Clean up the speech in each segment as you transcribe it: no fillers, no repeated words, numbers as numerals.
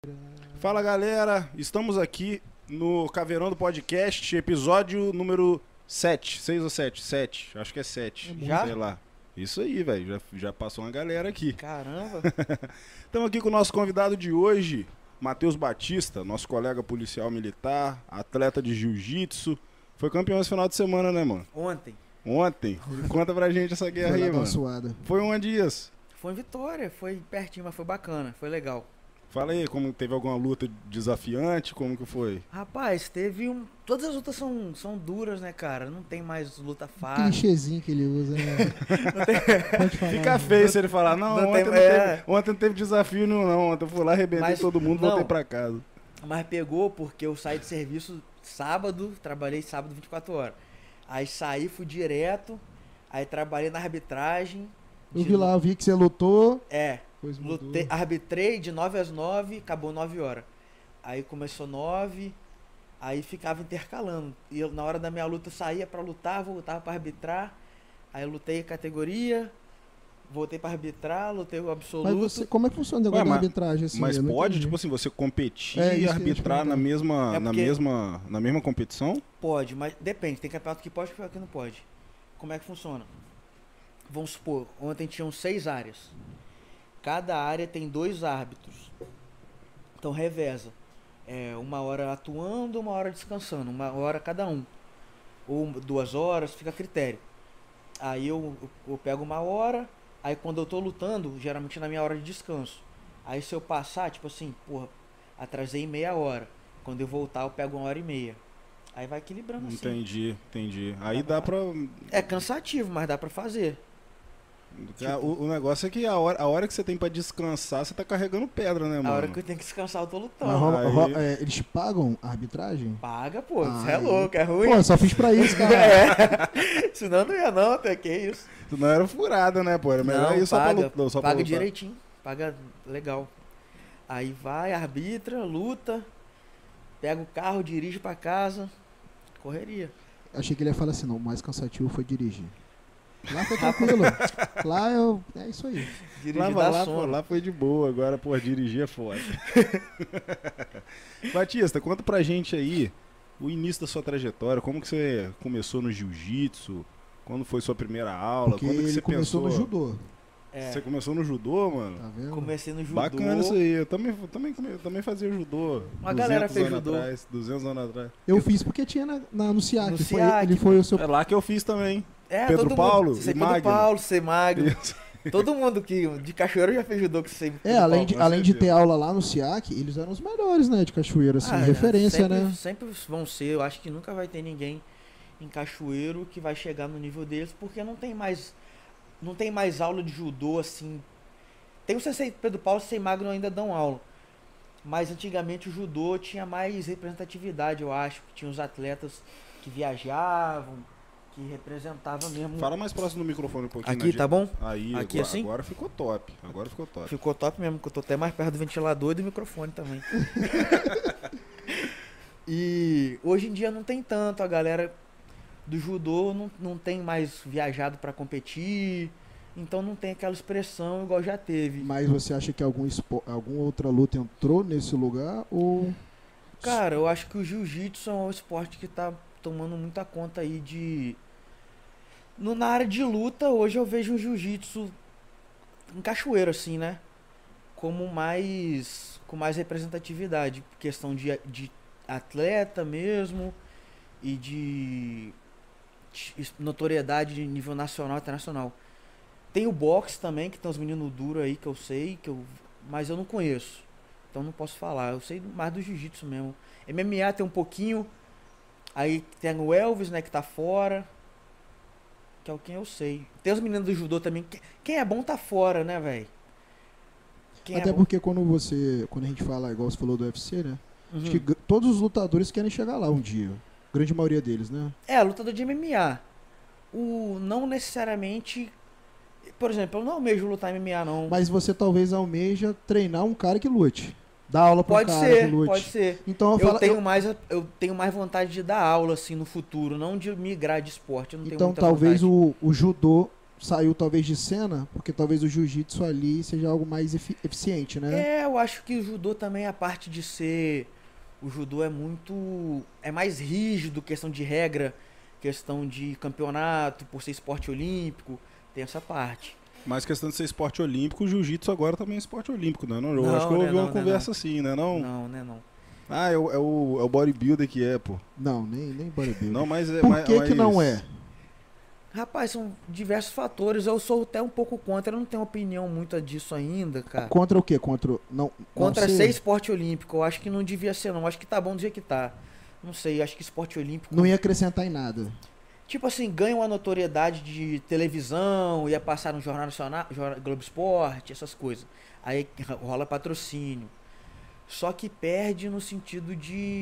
Fala galera, estamos aqui no Caveirão do Podcast, episódio número 7, 6 ou 7? 7, acho que é 7. Já? Sei lá. Isso aí, velho, já passou uma galera aqui. Caramba. Estamos aqui com o nosso convidado de hoje, Matheus Batista, nosso colega policial militar, atleta de jiu-jitsu. Foi campeão esse final de semana, né, mano? Ontem. Conta pra gente essa guerra aí, mano. Suada. Foi onde isso? Foi em Vitória, foi pertinho, mas foi bacana, foi legal. Fala aí, como teve alguma luta desafiante, como que foi? Rapaz, teve um... Todas as lutas são duras, né, cara? Não tem mais luta fácil. Clichêzinho que ele usa, né? Pode falar. Fica feio se ele falar, não, não ontem não teve desafio nenhum, não. Ontem eu fui lá, arrebentei todo mundo, voltei pra casa. Mas pegou porque eu saí de serviço sábado, trabalhei sábado 24 horas. Aí saí, fui direto, aí trabalhei na arbitragem. Eu vi que você lutou. Lutei, arbitrei de 9 às 9, acabou 9 horas. Aí começou 9, aí ficava intercalando. E eu, na hora da minha luta, eu saía pra lutar, voltava pra arbitrar. Aí eu lutei categoria, voltei pra arbitrar, lutei o absoluto. Mas você, como é que funciona o negócio da arbitragem? Assim, mas pode, tipo assim, você competir e arbitrar na mesma competição? Pode, mas depende. Tem campeonato que pode e campeonato que não pode. Como é que funciona? Vamos supor, ontem tinham 6 áreas. Cada área tem 2 árbitros. Então reveza. Uma hora atuando, uma hora descansando. Uma hora cada um. Ou 2 horas, fica a critério. Aí eu pego uma hora. Aí quando eu tô lutando, geralmente na minha hora de descanso. Aí se eu passar, tipo assim, porra, atrasei meia hora. Quando eu voltar, eu pego 1h30. Aí vai equilibrando assim. Entendi. Aí dá pra... É cansativo, mas dá pra fazer. O negócio é que a hora que você tem pra descansar, você tá carregando pedra, né, mano? A hora que eu tenho que descansar, eu tô lutando. Eles pagam a arbitragem? Paga, pô. Você é louco, é ruim. Pô, só fiz pra isso, cara. Senão não ia não, até que isso. Tu não era furada, né, pô? Era melhor ir só pra lutar. Paga direitinho. Paga legal. Aí vai, arbitra, luta, pega o carro, dirige pra casa. Correria. Achei que ele ia falar assim, não, o mais cansativo foi dirigir. Lá foi tranquilo. É isso aí. Lá foi de boa. Agora, pô, dirigir é foda. Batista, conta pra gente aí o início da sua trajetória. Como que você começou no jiu-jitsu? Quando foi sua primeira aula? Porque quando que ele você começou pensou no judô. Você começou no judô, mano? Tá vendo? Comecei no judô. Bacana isso aí. Eu também fazia judô. Uma galera fez judô. 200 anos atrás. Eu fiz porque tinha no SIAC. No Ele foi o seu... É lá que eu fiz também. Pedro todo Paulo mundo, e Magno. Pedro Paulo, ser magro. Todo mundo que de cachoeira já fez judô que você. Além de ter aula lá no SIAC, eles eram os melhores, né, de cachoeira, assim, referência, sempre, né? Sempre vão ser, eu acho que nunca vai ter ninguém em cachoeiro que vai chegar no nível deles, porque não tem mais aula de judô, assim. Tem o Sensei Pedro Paulo e o Sensei Magno ainda dão aula. Mas antigamente o judô tinha mais representatividade, eu acho, que tinha os atletas que viajavam, que representava mesmo. Fala mais próximo do microfone um pouquinho. Aqui tá bom? Aí, aqui agora, assim? Agora ficou top. Ficou top mesmo, porque eu tô até mais perto do ventilador e do microfone também. E hoje em dia não tem tanto, a galera do judô não tem mais viajado pra competir, então não tem aquela expressão igual já teve. Mas você acha que alguma outra luta entrou nesse lugar ou... Cara, eu acho que o jiu-jitsu é um esporte que tá tomando muita conta aí de... Na área de luta, hoje eu vejo o jiu-jitsu em cachoeira, assim, né? Com mais representatividade. Questão de atleta mesmo e de notoriedade de nível nacional e internacional. Tem o boxe também, que tem uns meninos duros aí que eu sei, mas eu não conheço. Então não posso falar. Eu sei mais do jiu-jitsu mesmo. MMA tem um pouquinho... Aí tem o Elvis, né, que tá fora. Que é o quem eu sei. Tem os meninos do judô também. Quem é bom tá fora, né, velho? Até porque quando a gente fala, igual você falou do UFC, né? Uhum. Acho que todos os lutadores querem chegar lá um dia. Grande maioria deles, né? Lutador de MMA. Não necessariamente... Por exemplo, eu não almejo lutar MMA, não. Mas você talvez almeja treinar um cara que lute. Dar aula pra um cara que lute. Pode ser. Então eu tenho mais vontade de dar aula, assim, no futuro, não de migrar de esporte. Eu não tenho então muita talvez vontade. o judô saiu talvez de cena, porque talvez o jiu-jitsu ali seja algo mais eficiente, né? Eu acho que o judô também, a parte de ser... O judô é mais rígido, questão de regra, questão de campeonato, por ser esporte olímpico, tem essa parte. Mas questão de ser esporte olímpico, o jiu-jitsu agora também é esporte olímpico, né? Não, eu Não, acho que eu né, ouvi não, uma né, conversa assim, né? Não? Não, né, não. Ah, é o bodybuilder que é, pô. Não, nem bodybuilding. Não, mas é... Por que não é? Rapaz, são diversos fatores. Eu sou até um pouco contra. Eu não tenho opinião muito disso ainda, cara. Contra o quê? Contra Ser esporte olímpico. Eu acho que não devia ser, não. Acho que tá bom do jeito que tá. Não sei, acho que esporte olímpico... Não ia acrescentar em nada. Tipo assim, ganha uma notoriedade de televisão, ia passar no Jornal Nacional, Globo Esporte, essas coisas. Aí rola patrocínio. Só que perde no sentido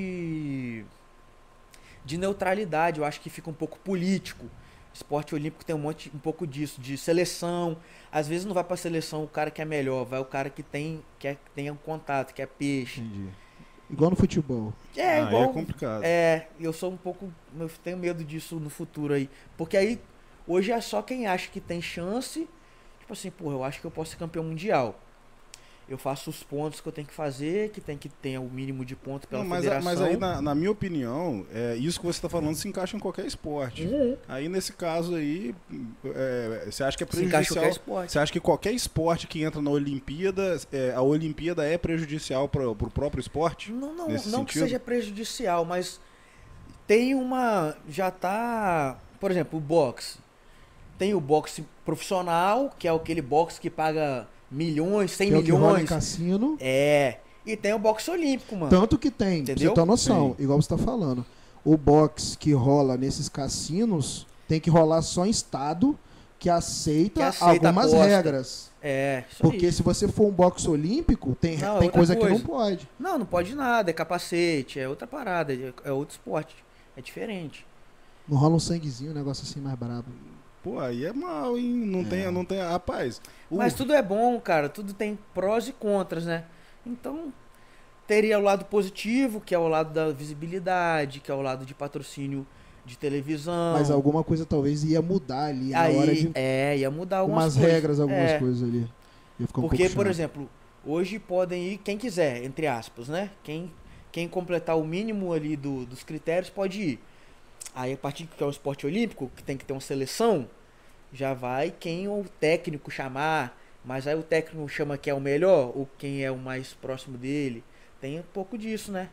de neutralidade. Eu acho que fica um pouco político. Esporte olímpico tem um pouco disso, de seleção. Às vezes não vai pra seleção o cara que é melhor, vai o cara que tem um contato, que é peixe. Entendi. Igual no futebol. Igual. É complicado. Eu sou um pouco. Eu tenho medo disso no futuro aí. Porque aí, hoje é só quem acha que tem chance. Tipo assim, porra, eu acho que eu posso ser campeão mundial. Eu faço os pontos que eu tenho que fazer, que tem que ter o mínimo de pontos pela federação. Mas aí, na minha opinião, isso que você está falando se encaixa em qualquer esporte. Uhum. Aí, nesse caso aí, você acha que é Se encaixa em prejudicial? qualquer esporte. Você acha que qualquer esporte que entra na Olimpíada, a Olimpíada é prejudicial para o próprio esporte? Não que seja prejudicial, mas tem uma... Já tá... Por exemplo, o boxe. Tem o boxe profissional, que é aquele boxe que paga... milhões, 100 que é milhões. O que rola em cassino. E tem o boxe olímpico, mano. Tanto que tem, entendeu? pra você ter uma noção, Sim. igual você tá falando. O boxe que rola nesses cassinos tem que rolar só em estado que aceita algumas aposta. regras. Isso Porque aí. se você for um boxe olímpico, tem outra coisa que não pode. Não pode nada, é capacete, é outra parada, é outro esporte. É diferente. Não rola um sanguezinho, um negócio assim mais brabo. Pô, aí é mal, hein? Não tem... Rapaz... Mas tudo é bom, cara. Tudo tem prós e contras, né? Então, teria o lado positivo, que é o lado da visibilidade, que é o lado de patrocínio de televisão. Mas alguma coisa talvez ia mudar ali aí, na hora de... ia mudar algumas umas coisas. regras, algumas coisas ali. Ia ficar Porque, pouco por chato. exemplo, hoje podem ir quem quiser, entre aspas, né? Quem completar o mínimo ali dos critérios pode ir. Aí, a partir que é um esporte olímpico, que tem que ter uma seleção, já vai quem o técnico chamar, mas aí o técnico chama quem é o melhor ou quem é o mais próximo dele. Tem um pouco disso, né?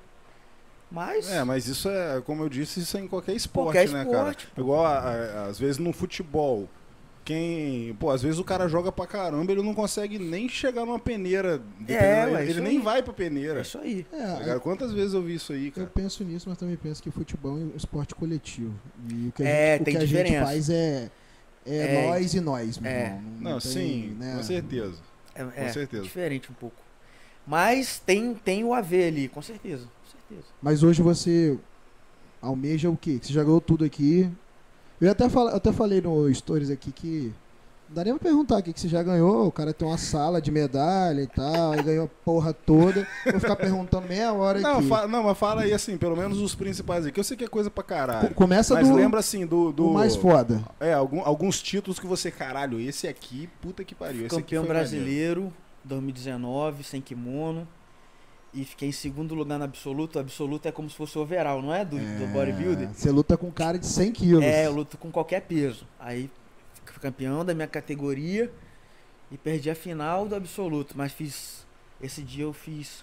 Mas isso é, como eu disse, isso é em qualquer esporte, Qualquer né, esporte, cara? Igual, às vezes, no futebol, às vezes o cara joga pra caramba, ele não consegue nem chegar numa peneira. Ele nem vai pra peneira. É isso aí. Cara, quantas vezes eu vi isso aí, cara? Eu penso nisso, mas também penso que futebol é um esporte coletivo. E o que tem a gente diferença. faz é nós e nós, meu irmão. Não, tem, sim, né? com certeza. Com certeza. Diferente um pouco. Mas tem o a ver ali, com certeza. Mas hoje você almeja o quê? Você já ganhou tudo aqui. Eu até falei no Stories aqui que não dá nem pra perguntar aqui que você já ganhou. O cara tem uma sala de medalha e tal, aí ganhou a porra toda. Vou ficar perguntando meia hora aqui. Mas fala aí assim, pelo menos os principais aí, que eu sei que é coisa pra caralho. Começa mas lembra assim do mais foda. Alguns títulos que você, caralho, esse aqui, puta que pariu. Esse Campeão aqui foi brasileiro, maneiro. 2019, sem kimono. E fiquei em segundo lugar no absoluto. O absoluto é como se fosse o overall, não é? Do bodybuilder. Você luta com um cara de 100 quilos. Eu luto com qualquer peso. Aí fui campeão da minha categoria e perdi a final do absoluto. Mas esse dia eu fiz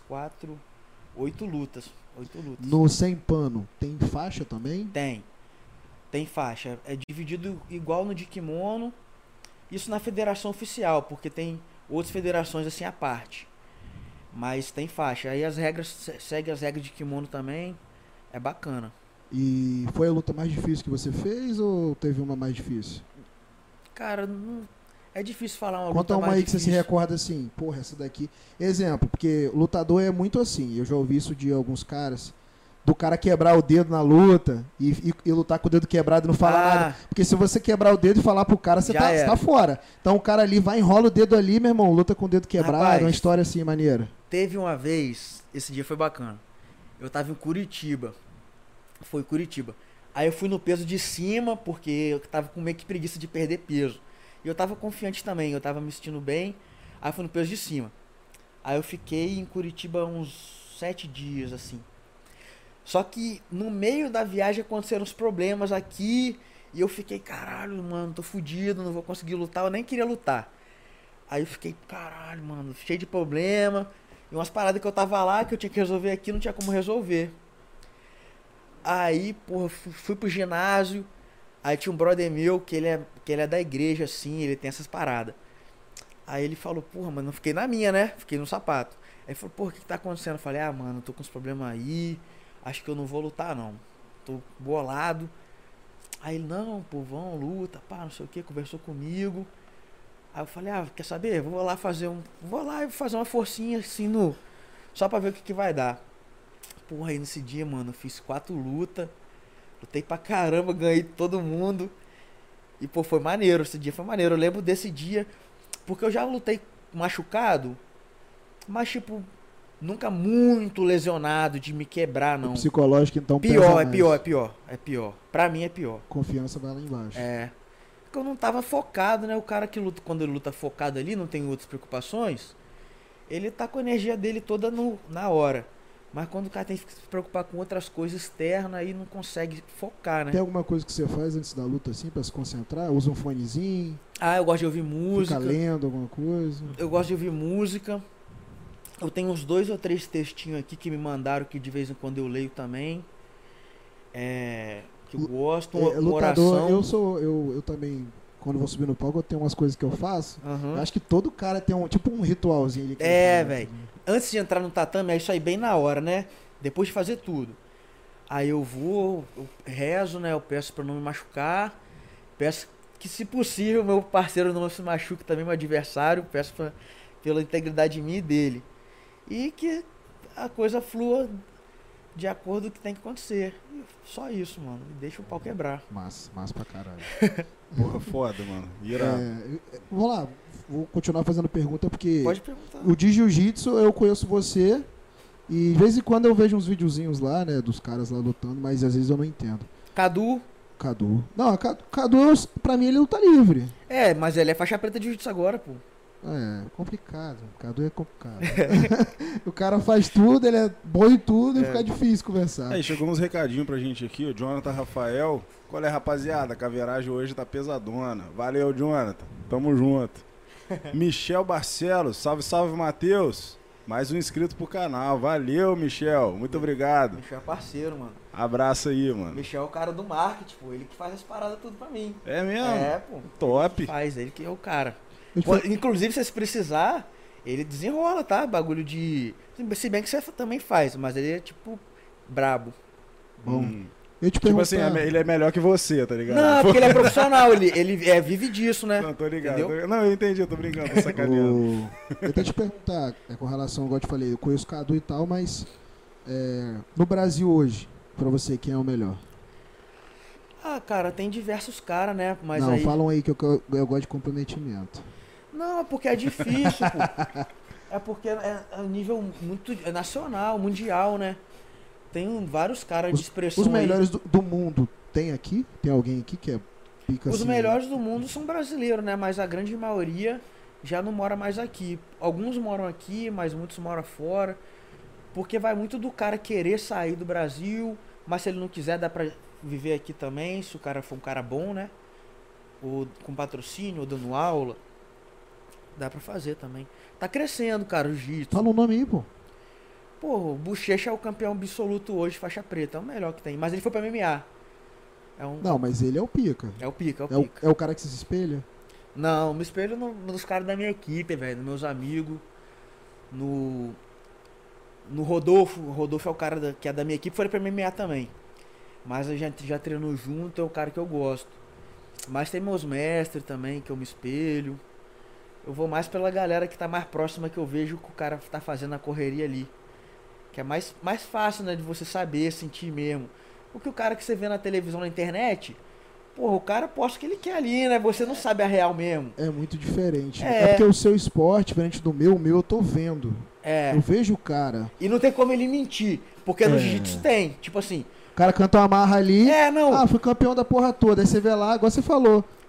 8 lutas. 8 lutas. No sem pano, tem faixa também? Tem faixa. É dividido igual no de kimono. Isso na federação oficial, porque tem outras federações assim à parte. Mas tem faixa. Aí as regras, segue as regras de kimono também. É bacana. E foi a luta mais difícil que você fez ou teve uma mais difícil? Cara, é difícil falar uma Conta luta uma mais aí difícil. que você se recorda assim, porra, essa daqui. Exemplo, porque lutador é muito assim. Eu já ouvi isso de alguns caras. Do cara quebrar o dedo na luta e lutar com o dedo quebrado e não falar nada. Porque se você quebrar o dedo e falar pro cara, você tá fora. Então o cara ali vai, enrola o dedo ali, meu irmão, luta com o dedo quebrado. Rapaz, uma história assim, maneira. Teve uma vez, esse dia foi bacana. Eu tava em Curitiba. Foi Curitiba. Aí eu fui no peso de cima, porque eu tava com meio que preguiça de perder peso. E eu tava confiante também, eu tava me sentindo bem. Aí eu fui no peso de cima. Aí eu fiquei em Curitiba uns 7 dias, assim. Só que no meio da viagem aconteceram os problemas aqui. E eu fiquei, caralho, mano, tô fudido, não vou conseguir lutar. Eu nem queria lutar. Aí eu fiquei, caralho, mano, cheio de problema. E umas paradas que eu tava lá, que eu tinha que resolver aqui, não tinha como resolver. Aí, porra, fui pro ginásio. Aí tinha um brother meu, que ele é da igreja, assim, ele tem essas paradas. Aí ele falou, porra, mano, não fiquei na minha, né? Fiquei no sapato. Aí ele falou, porra, o que tá acontecendo? Eu falei, ah, mano, tô com uns problemas aí. Acho que eu não vou lutar, não. Tô bolado. Aí ele, não, pô, vão, luta, pá, não sei o que, conversou comigo. Aí eu falei, ah, quer saber? Vou lá e fazer uma forcinha assim só pra ver o que vai dar. Porra, aí nesse dia, mano, eu fiz 4 lutas. Lutei pra caramba, ganhei todo mundo. E, pô, foi maneiro, esse dia foi maneiro. Eu lembro desse dia, porque eu já lutei machucado, mas, tipo, nunca muito lesionado de me quebrar, não. O psicológico, então, pior, é pior. Pra mim é pior. Confiança vai lá embaixo. É. Porque eu não tava focado, né? O cara que luta, quando ele luta focado ali, não tem outras preocupações, ele tá com a energia dele toda na hora. Mas quando o cara tem que se preocupar com outras coisas externas, aí não consegue focar, né? Tem alguma coisa que você faz antes da luta, assim, pra se concentrar? Usa um fonezinho? Ah, eu gosto de ouvir música. Fica lendo alguma coisa? Eu gosto de ouvir música. Eu tenho uns 2 ou 3 textinhos aqui que me mandaram, que de vez em quando eu leio também. Que eu gosto. Lutador, oração. eu também, quando vou subir no palco, eu tenho umas coisas que eu faço. Uhum. Eu acho que todo cara tem um ritualzinho ali. Velho. Antes de entrar no tatame, é isso aí bem na hora, né? Depois de fazer tudo. Aí eu rezo, né? Eu peço pra não me machucar. Peço que, se possível, meu parceiro não se machuque também, meu adversário. Peço pela integridade minha e dele. E que a coisa flua de acordo com o que tem que acontecer. E só isso, mano. Deixa o pau quebrar. Massa pra caralho. Porra, foda, mano. Irado. Vamos lá. Vou continuar fazendo pergunta, porque Pode perguntar. O de jiu-jitsu eu conheço você e de vez em quando eu vejo uns videozinhos lá, né, dos caras lá lutando, mas às vezes eu não entendo. Cadu. Não, Cadu, pra mim ele luta livre. Mas ele é faixa preta de jiu-jitsu agora, pô. Complicado. Cadu é complicado. O cara faz tudo, ele é bom em tudo e fica difícil conversar. Aí, chegou uns recadinhos pra gente aqui, o Jonathan Rafael. Qual é, rapaziada? A caveiragem hoje tá pesadona. Valeu, Jonathan. Tamo junto. Michel Barcelos, salve, Matheus. Mais um inscrito pro canal. Valeu, Michel. Muito obrigado. Michel é parceiro, mano. Abraço aí, mano. Michel é o cara do marketing, pô. Ele que faz as paradas tudo pra mim. É mesmo? Pô. Top. Ele que é o cara. Inclusive, se você precisar, ele desenrola, tá? Bagulho de... Se bem que você também faz, mas ele é, tipo, brabo. Bom. Eu te tipo assim, ele é melhor que você, tá ligado? Não, porque ele é profissional, ele vive disso, né? Não, tô ligado. Não, eu entendi, eu tô brincando, tô sacaneando. Eu até te perguntar, com relação, igual eu te falei, eu conheço o Cadu e tal, mas no Brasil hoje, pra você, quem é o melhor? Ah, cara, tem diversos caras, né? Mas não, falam aí que eu gosto de comprometimento. Não, é porque é difícil, pô. É porque é nível muito nacional, mundial, né? Tem vários caras de expressão. Os melhores do mundo tem aqui? Tem alguém aqui que é pica Os assim? melhores do mundo são brasileiros, né? Mas a grande maioria já não mora mais aqui. Alguns moram aqui, mas muitos moram fora. Porque vai muito do cara querer sair do Brasil, mas se ele não quiser, dá pra viver aqui também, se o cara for um cara bom, né? Ou com patrocínio, ou dando aula. Dá pra fazer também. Tá crescendo, cara, o jiu-jitsu. Fala o nome aí, pô. Pô, o Bochecha é o campeão absoluto hoje, faixa preta. É o melhor que tem. Mas ele foi pra MMA. Não, mas ele é o pica. É o pica. É o cara que se espelha? Não, me espelho nos caras da minha equipe, velho. Nos meus amigos. No Rodolfo. O Rodolfo é o cara que é da minha equipe. Foi pra MMA também. Mas a gente já treinou junto. É o cara que eu gosto. Mas tem meus mestres também, que eu me espelho. Eu vou mais pela galera que tá mais próxima, que eu vejo que o cara tá fazendo a correria ali. Que é mais fácil, né, de você saber, sentir mesmo. Porque o cara que você vê na televisão, na internet, porra, o cara posta o que ele quer ali, né? Você não sabe a real mesmo. É muito diferente. É porque o seu esporte, diferente do meu, eu tô vendo. Eu vejo o cara. E não tem como ele mentir. Porque no jiu-jitsu tem. Tipo assim... O cara canta uma marra ali. não. Fui campeão da porra toda. Aí você vê lá, igual você falou.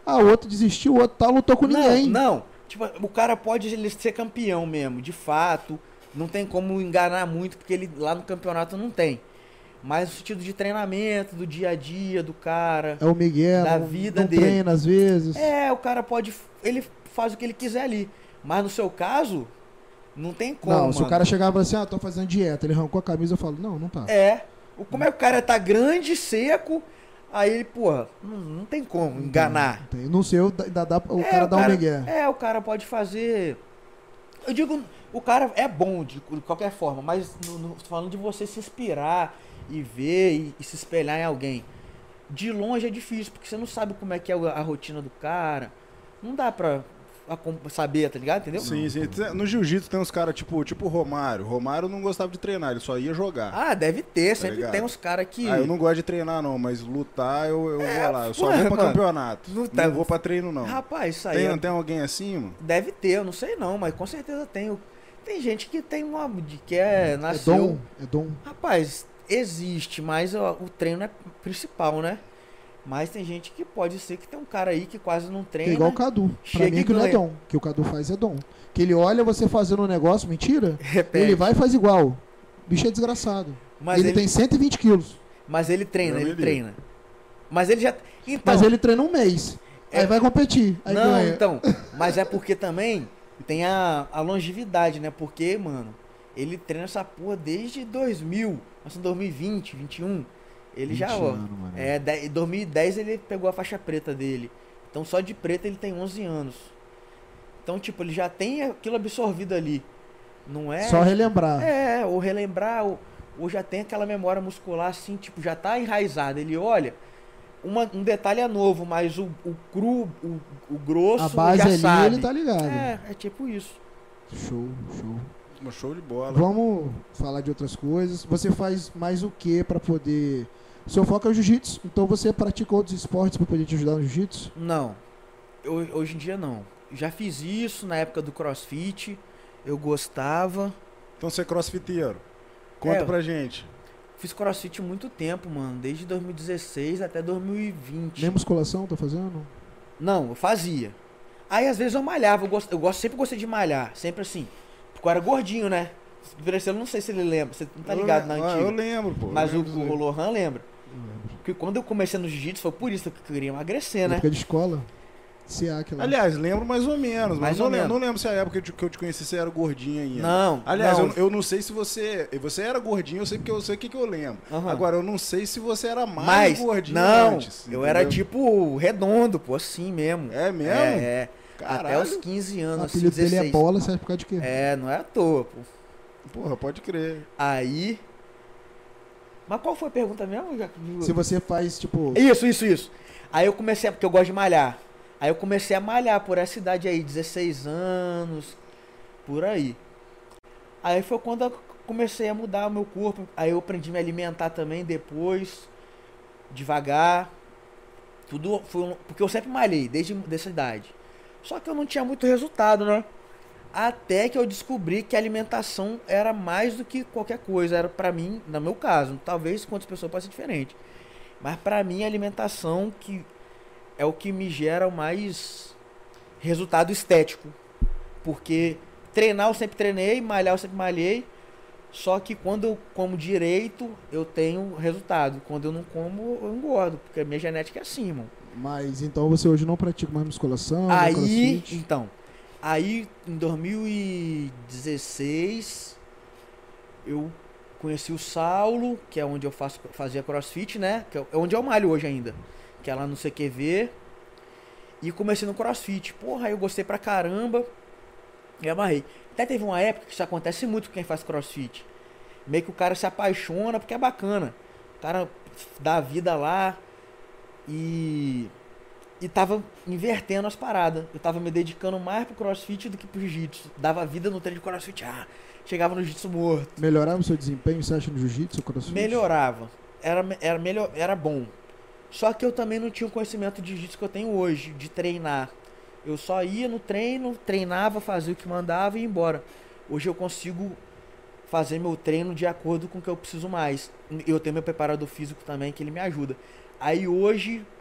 Ah, o outro desistiu, o outro tá, lutou com ninguém. Não. Tipo, o cara pode ele ser campeão mesmo, de fato. Não tem como enganar muito, porque ele lá no campeonato não tem. Mas o sentido de treinamento, do dia a dia do cara. É o Miguel, da não, vida não dele. treina às vezes. O cara pode. Ele faz o que ele quiser ali. Mas no seu caso, não tem como. Não, se o cara chegar e falar assim, tô fazendo dieta, ele arrancou a camisa, eu falo, não tá. Como é que o cara tá grande, seco, aí ele, porra, não tem como enganar. Não sei, ainda dá o cara dá um migué. O cara pode fazer. Eu digo, o cara é bom de qualquer forma, mas tô falando de você se inspirar e ver e se espelhar em alguém. De longe é difícil, porque você não sabe como é que é a rotina do cara. Não dá pra saber, tá ligado? Entendeu? Sim. No jiu-jitsu tem uns caras tipo o Romário. Romário não gostava de treinar, ele só ia jogar. Ah, deve ter, Tá sempre ligado? tem uns caras que. Eu não gosto de treinar não, mas lutar eu vou lá. Eu só vou pra campeonato. Não vou pra treino não. Rapaz, isso aí. Tem alguém assim, mano? Deve ter, eu não sei não, mas com certeza tem. Tem gente que tem que nasceu. É dom. Rapaz, existe, mas o treino é principal, né? Mas tem gente que pode ser que tem um cara aí que quase não treina. É igual o Cadu. Pra mim aquilo não é dom. O que o Cadu faz é dom. Que ele olha você fazendo um negócio, mentira, repete. Ele vai e faz igual. O bicho é desgraçado. Mas ele tem 120 quilos. Mas ele treina, treina. Mas ele já... Então, mas ele treina um mês. Aí vai competir. Aí não, ganha. Então. Mas é porque também tem a longevidade, né? Porque, mano, ele treina essa porra desde 2000. Nós 2020, 2021. Ele já, em 2010 ele pegou a faixa preta dele. Então só de preta ele tem 11 anos. Então, tipo, ele já tem aquilo absorvido ali. Não é... Só relembrar. Ou relembrar, ou já tem aquela memória muscular assim, tipo, já tá enraizada. Ele olha, um detalhe é novo, mas o cru, o grosso, a base já ali, sabe. ele tá ligado. É tipo isso. Show. Show de bola. Vamos falar de outras coisas. Você faz mais o que pra poder... Seu foco é o jiu-jitsu, então você pratica outros esportes pra poder te ajudar no jiu-jitsu? Não, hoje em dia não. Já fiz isso na época do CrossFit, eu gostava. Então você é crossfiteiro. Conta pra gente. Fiz CrossFit muito tempo, mano, desde 2016 até 2020. Nem musculação tá fazendo? Não, eu fazia. Aí às vezes eu malhava, sempre gostei de malhar, sempre assim. Porque eu era gordinho, né? Eu não sei se ele lembra, você não tá ligado na antiga. Eu lembro, pô. Mas o Lohan lembra. Porque quando eu comecei no jiu-jitsu foi por isso que eu queria emagrecer, né? Época de escola. Aliás, lembro mais ou menos. Mas não lembro se a época que eu te conheci você era gordinho ainda. Não. Aliás, eu não sei se você era gordinho, eu sei porque eu sei o que eu lembro. Uhum. Agora, eu não sei se você era mais gordinho antes. Eu era tipo redondo, pô, assim mesmo. É mesmo? É. Caralho. Até os 15 anos, o assim, apelido 16. dele é bola, sabe por causa de quê? Não é à toa, pô. Porra, pode crer. Aí... Mas qual foi a pergunta mesmo? Se você faz, tipo... Isso. Aí eu comecei, porque eu gosto de malhar. Aí eu comecei a malhar por essa idade aí, 16 anos, por aí. Aí foi quando eu comecei a mudar o meu corpo. Aí eu aprendi a me alimentar também depois, devagar. Tudo foi... Porque eu sempre malhei, desde essa idade. Só que eu não tinha muito resultado, né? Até que eu descobri que a alimentação era mais do que qualquer coisa. Era pra mim, no meu caso, talvez com outras pessoas possa ser diferente. Mas pra mim a alimentação que é o que me gera o mais resultado estético. Porque treinar eu sempre treinei, malhar eu sempre malhei. Só que quando eu como direito, eu tenho resultado. Quando eu não como, eu engordo. Porque a minha genética é assim, mano. Mas então você hoje não pratica mais musculação? Aí, em 2016, eu conheci o Saulo, que é onde eu fazia CrossFit, né? Que é onde eu malho hoje ainda. Que é lá no CQV. E comecei no CrossFit. Porra, aí eu gostei pra caramba. E amarrei. Até teve uma época que isso acontece muito com quem faz CrossFit. Meio que o cara se apaixona porque é bacana. O cara dá a vida lá e tava invertendo as paradas. Eu tava me dedicando mais pro CrossFit do que pro Jiu-Jitsu. Dava vida no treino de CrossFit. Chegava no Jiu-Jitsu morto. Melhorava o seu desempenho, você acha, no Jiu-Jitsu, CrossFit? Melhorava. Era bom. Só que eu também não tinha o conhecimento de Jiu-Jitsu que eu tenho hoje, de treinar. Eu só ia no treino, treinava, fazia o que mandava e ia embora. Hoje eu consigo fazer meu treino de acordo com o que eu preciso mais. Eu tenho meu preparador físico também, que ele me ajuda. Aí hoje,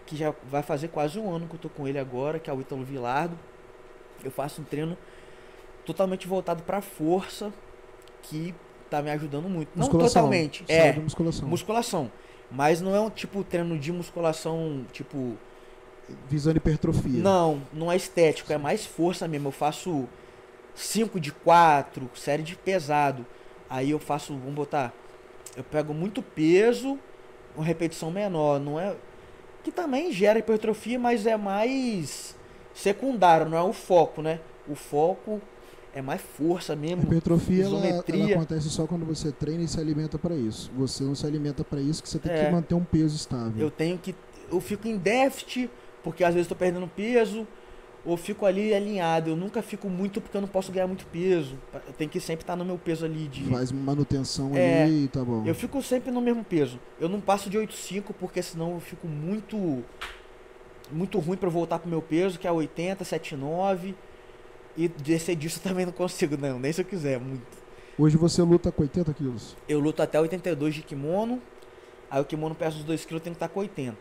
que já vai fazer quase um ano que eu tô com ele agora, que é o Ítalo Vilardo. Eu faço um treino totalmente voltado pra força, que tá me ajudando muito. Não totalmente. De musculação. Musculação. Mas não é um tipo treino de musculação, tipo... visando hipertrofia. Não é estético, é mais força mesmo. Eu faço 5 de 4, série de pesado. Aí eu faço, vamos botar, eu pego muito peso, uma repetição menor. Não é... que também gera hipertrofia, mas é mais secundário, não é o foco, né? O foco é mais força mesmo. A hipertrofia ela isometria. acontece só quando você treina e se alimenta para isso. Você não se alimenta para isso, que você tem que manter um peso estável. Eu fico em déficit, porque às vezes estou perdendo peso, ou fico ali alinhado. Eu nunca fico muito, porque eu não posso ganhar muito peso. Eu tenho que sempre estar no meu peso ali de... faz manutenção ali e tá bom. Eu fico sempre no mesmo peso. Eu não passo de 8,5, porque senão eu fico muito ruim para voltar pro meu peso, que é 80, 7,9. E descer disso eu também não consigo, não. Nem se eu quiser, muito. Hoje você luta com 80 quilos? Eu luto até 82 de kimono. Aí o kimono pesa uns 2 kg, eu tenho que estar com 80.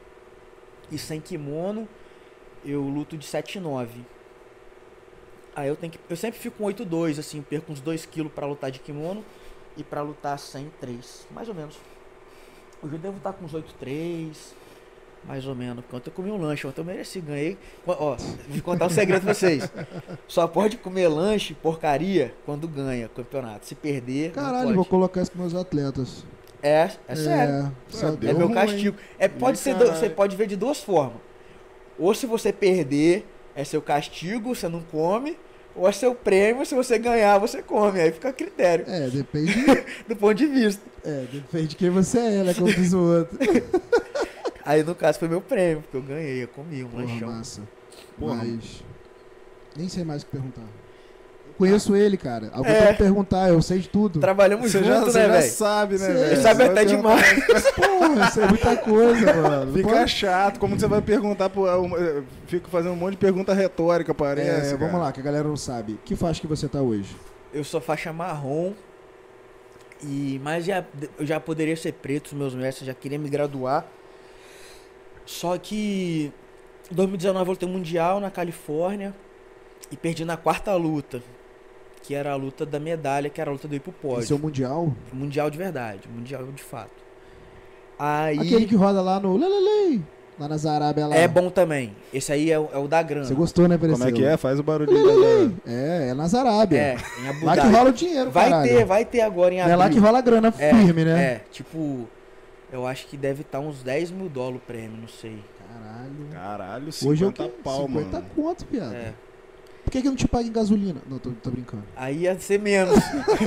E sem kimono, eu luto de 7,9. Aí eu sempre fico com 8,2, assim, perco uns 2 kg pra lutar de kimono e pra lutar sem 3, mais ou menos. Hoje eu devo estar com uns 8,3, mais ou menos. Quando eu comi um lanche, ontem eu mereci, ganhei. Ó, vou contar um segredo pra vocês. Só pode comer lanche, porcaria, quando ganha campeonato. Se perder, caralho, não pode. Vou colocar isso com meus atletas. É sério. É meu castigo. Você pode ver de duas formas. Ou se você perder, é seu castigo, você não come. Ou é seu prêmio, se você ganhar, você come. Aí fica a critério. Depende. Do ponto de vista. Depende de quem você é, né? Como diz o outro. Aí no caso foi meu prêmio, porque eu ganhei, eu comi um lanchão. Massa. Mas nem sei mais o que perguntar. Conheço ele, cara. Alguém tem que perguntar, eu sei de tudo. Trabalhamos juntos, né, velho? Você já sabe, né, velho? Sabe até demais. Porra, isso é muita coisa, mano. Fica chato, como você vai perguntar fico fazendo um monte de pergunta retórica, parece. Vamos lá, que a galera não sabe. Que faixa que você tá hoje? Eu sou faixa marrom. Mas eu já poderia ser preto, os meus mestres já queriam me graduar. Só que em 2019 eu lutei um mundial na Califórnia e perdi na 4ª luta, que era a luta da medalha, que era a luta do ir pro pódio. Esse é o mundial? Mundial de verdade, mundial de fato. Aí... aquele que roda lá no Lelelei, lá na Zarábia lá. É bom também. Esse aí é o da grana. Você gostou, né, Pereceu? Como é que é? Faz o barulhinho. É na Zarábia. Em Abu lá Dhabi. que rola o dinheiro, caralho. Vai ter agora em abril. É lá que rola a grana firme, né? Tipo, eu acho que deve estar uns $10 mil o prêmio, não sei. Caralho, 50 hoje pau, 50 mano. conto, piada. Por que não te paga em gasolina? Não, tô brincando. Aí ia ser menos.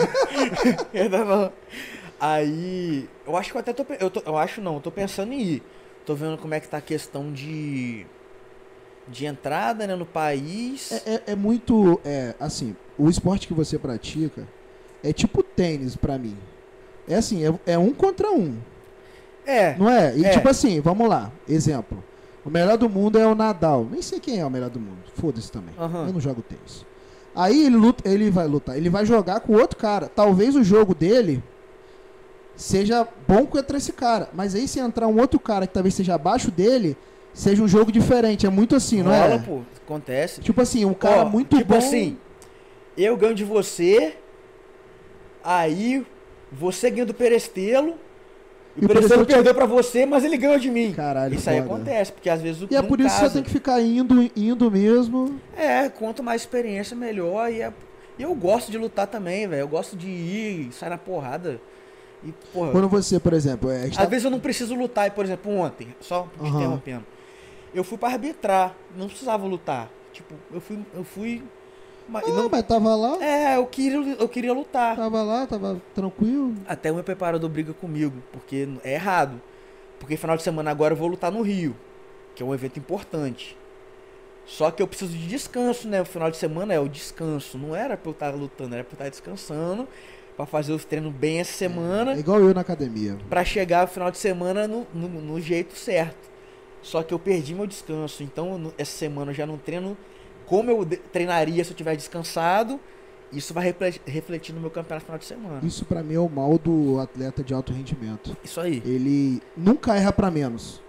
Aí, eu acho que eu até eu tô pensando em ir. Tô vendo como é que tá a questão de entrada, né, no país. É muito, assim, o esporte que você pratica é tipo tênis pra mim. É assim, é 1 contra 1. Não é? E tipo assim, vamos lá, exemplo. O melhor do mundo é o Nadal. Nem sei quem é o melhor do mundo. Foda-se também. Eu não jogo tênis. Aí ele vai lutar. Ele vai jogar com outro cara. Talvez o jogo dele seja bom contra esse cara. Mas aí se entrar um outro cara que talvez seja abaixo dele, seja um jogo diferente. É muito assim, não é? Pô. Acontece. Tipo assim, um cara muito bom... Tipo assim, eu ganho de você, aí você ganha do Perestelo, e o Perestelo perdeu pra você, mas ele ganhou de mim. Caralho, isso aí acontece, porque às vezes e é por isso que você tem que ficar indo mesmo. Quanto mais experiência, melhor. E eu gosto de lutar também, velho. Eu gosto de ir, sair na porrada. E, porra, quando você, por exemplo... às vezes eu não preciso lutar. E, por exemplo, ontem, só interrompendo, eu fui pra arbitrar. Não precisava lutar. Tipo, eu fui... Mas tava lá. Eu queria lutar. Tava lá, tava tranquilo. Até o meu preparador briga comigo, porque é errado. Porque final de semana agora eu vou lutar no Rio, que é um evento importante. Só que eu preciso de descanso, né? O final de semana é o descanso. Não era pra eu estar lutando, era pra eu estar descansando, pra fazer os treinos bem essa semana. É igual eu na academia. Pra chegar no final de semana no jeito certo. Só que eu perdi meu descanso. Então essa semana eu já não treino como eu treinaria se eu tivesse descansado. Isso vai refletir no meu campeonato final de semana. Isso pra mim é o mal do atleta de alto rendimento. Isso aí. Ele nunca erra pra menos.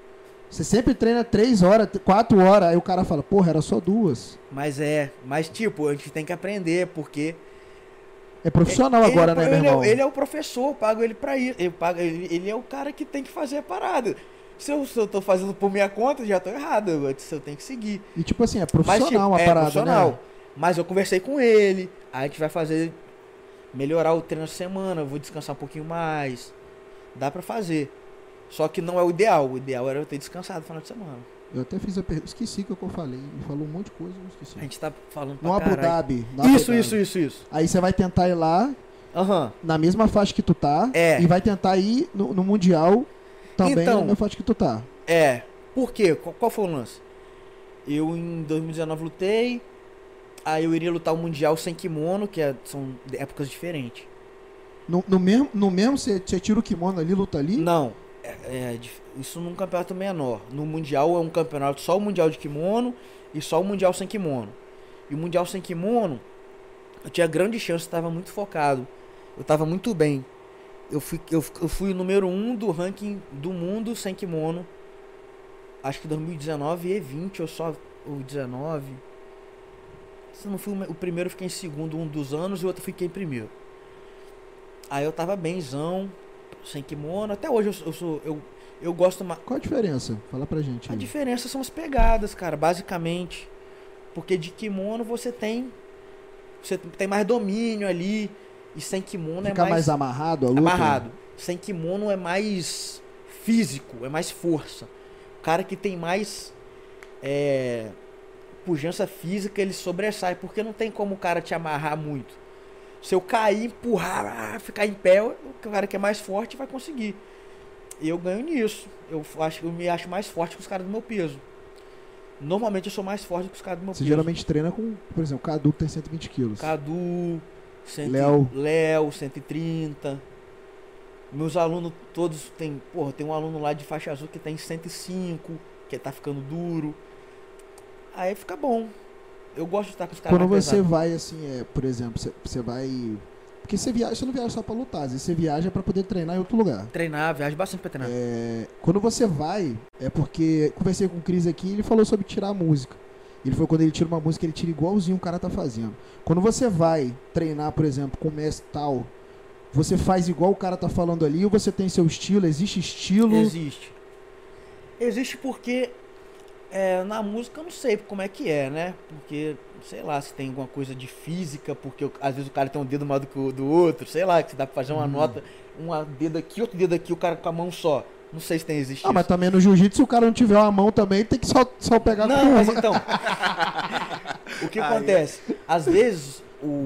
Você sempre treina 3 horas, 4 horas, aí o cara fala, porra, era só 2. Mas tipo, a gente tem que aprender, porque... É profissional agora, né, meu irmão? Ele é o professor, eu pago ele pra ir. Ele é o cara que tem que fazer a parada. Se eu tô fazendo por minha conta, já tô errado. Eu tenho que seguir. E tipo assim, é profissional Mas, tipo, a parada, profissional. né? Mas eu conversei com ele, aí a gente vai fazer... Melhorar o treino da semana, eu vou descansar um pouquinho mais. Dá pra fazer. Só que não é o ideal. O ideal era eu ter descansado no final de semana. Eu até fiz a pergunta, esqueci o que eu falei. Me falou um monte de coisa, eu esqueci. A gente tá falando pra No Abu caralho. Dhabi. no Abu Dhabi. Isso. Aí você vai tentar ir lá, Aham. na mesma faixa que tu tá, É. e vai tentar ir no Mundial também Então, na mesma faixa que tu tá. É. Por quê? Qual foi o lance? Eu em 2019 lutei. Aí eu iria lutar o Mundial sem kimono, são épocas diferentes. No mesmo você tira o kimono ali, luta ali? Não. Isso num campeonato menor. No Mundial é um campeonato só o Mundial de kimono e só o Mundial sem kimono. E o Mundial sem kimono, eu tinha grande chance, estava muito focado. Eu estava muito bem. Eu fui o número 1 do ranking do mundo sem kimono. Acho que 2019 e 20 ou só o 19. Se não fui o primeiro, eu fiquei em segundo um dos anos e o outro fiquei em primeiro. Aí eu tava benzão, sem kimono. Até hoje eu gosto mais. Qual a diferença? Fala pra gente A aí. diferença são as pegadas, cara, basicamente. Porque de kimono você tem mais domínio ali. E sem kimono Fica mais amarrado a luta? Amarrado. Sem kimono é mais físico, é mais força. O cara que tem mais pujança física, ele sobressai. Porque não tem como o cara te amarrar muito. Se eu cair, empurrar, ficar em pé, o cara que é mais forte vai conseguir. E eu ganho nisso. Eu me acho mais forte que os caras do meu peso. Normalmente eu sou mais forte que os caras do meu Você peso. geralmente treina com, por exemplo, o Cadu que tem 120 quilos. Cadu, Léo 130. Meus alunos todos tem um aluno lá de faixa azul que tem 105, que tá ficando duro. Aí fica bom. Eu gosto de estar com os caras Quando mais você pesados. vai assim, por exemplo, você vai... Porque você não viaja só pra lutar, às vezes você viaja pra poder treinar em outro lugar. Treinar, viajo bastante pra treinar. Quando você vai, é porque conversei com o Cris aqui e ele falou sobre tirar a música. Ele falou que quando ele tira uma música, ele tira igualzinho o cara tá fazendo. Quando você vai treinar, por exemplo, com o mestre tal, você faz igual o cara tá falando ali, ou você tem seu estilo? Existe estilo? Existe. Existe porque na música eu não sei como é que é, né? Porque, sei lá, se tem alguma coisa de física, porque às vezes o cara tem um dedo maior do que o do outro, sei lá, que dá pra fazer uma nota, um dedo aqui, outro dedo aqui, o cara com a mão só. Não sei se tem existe isso. Mas também no jiu-jitsu, se o cara não tiver uma mão também, tem que só pegar com Não, uma. mas então. O que acontece? Às vezes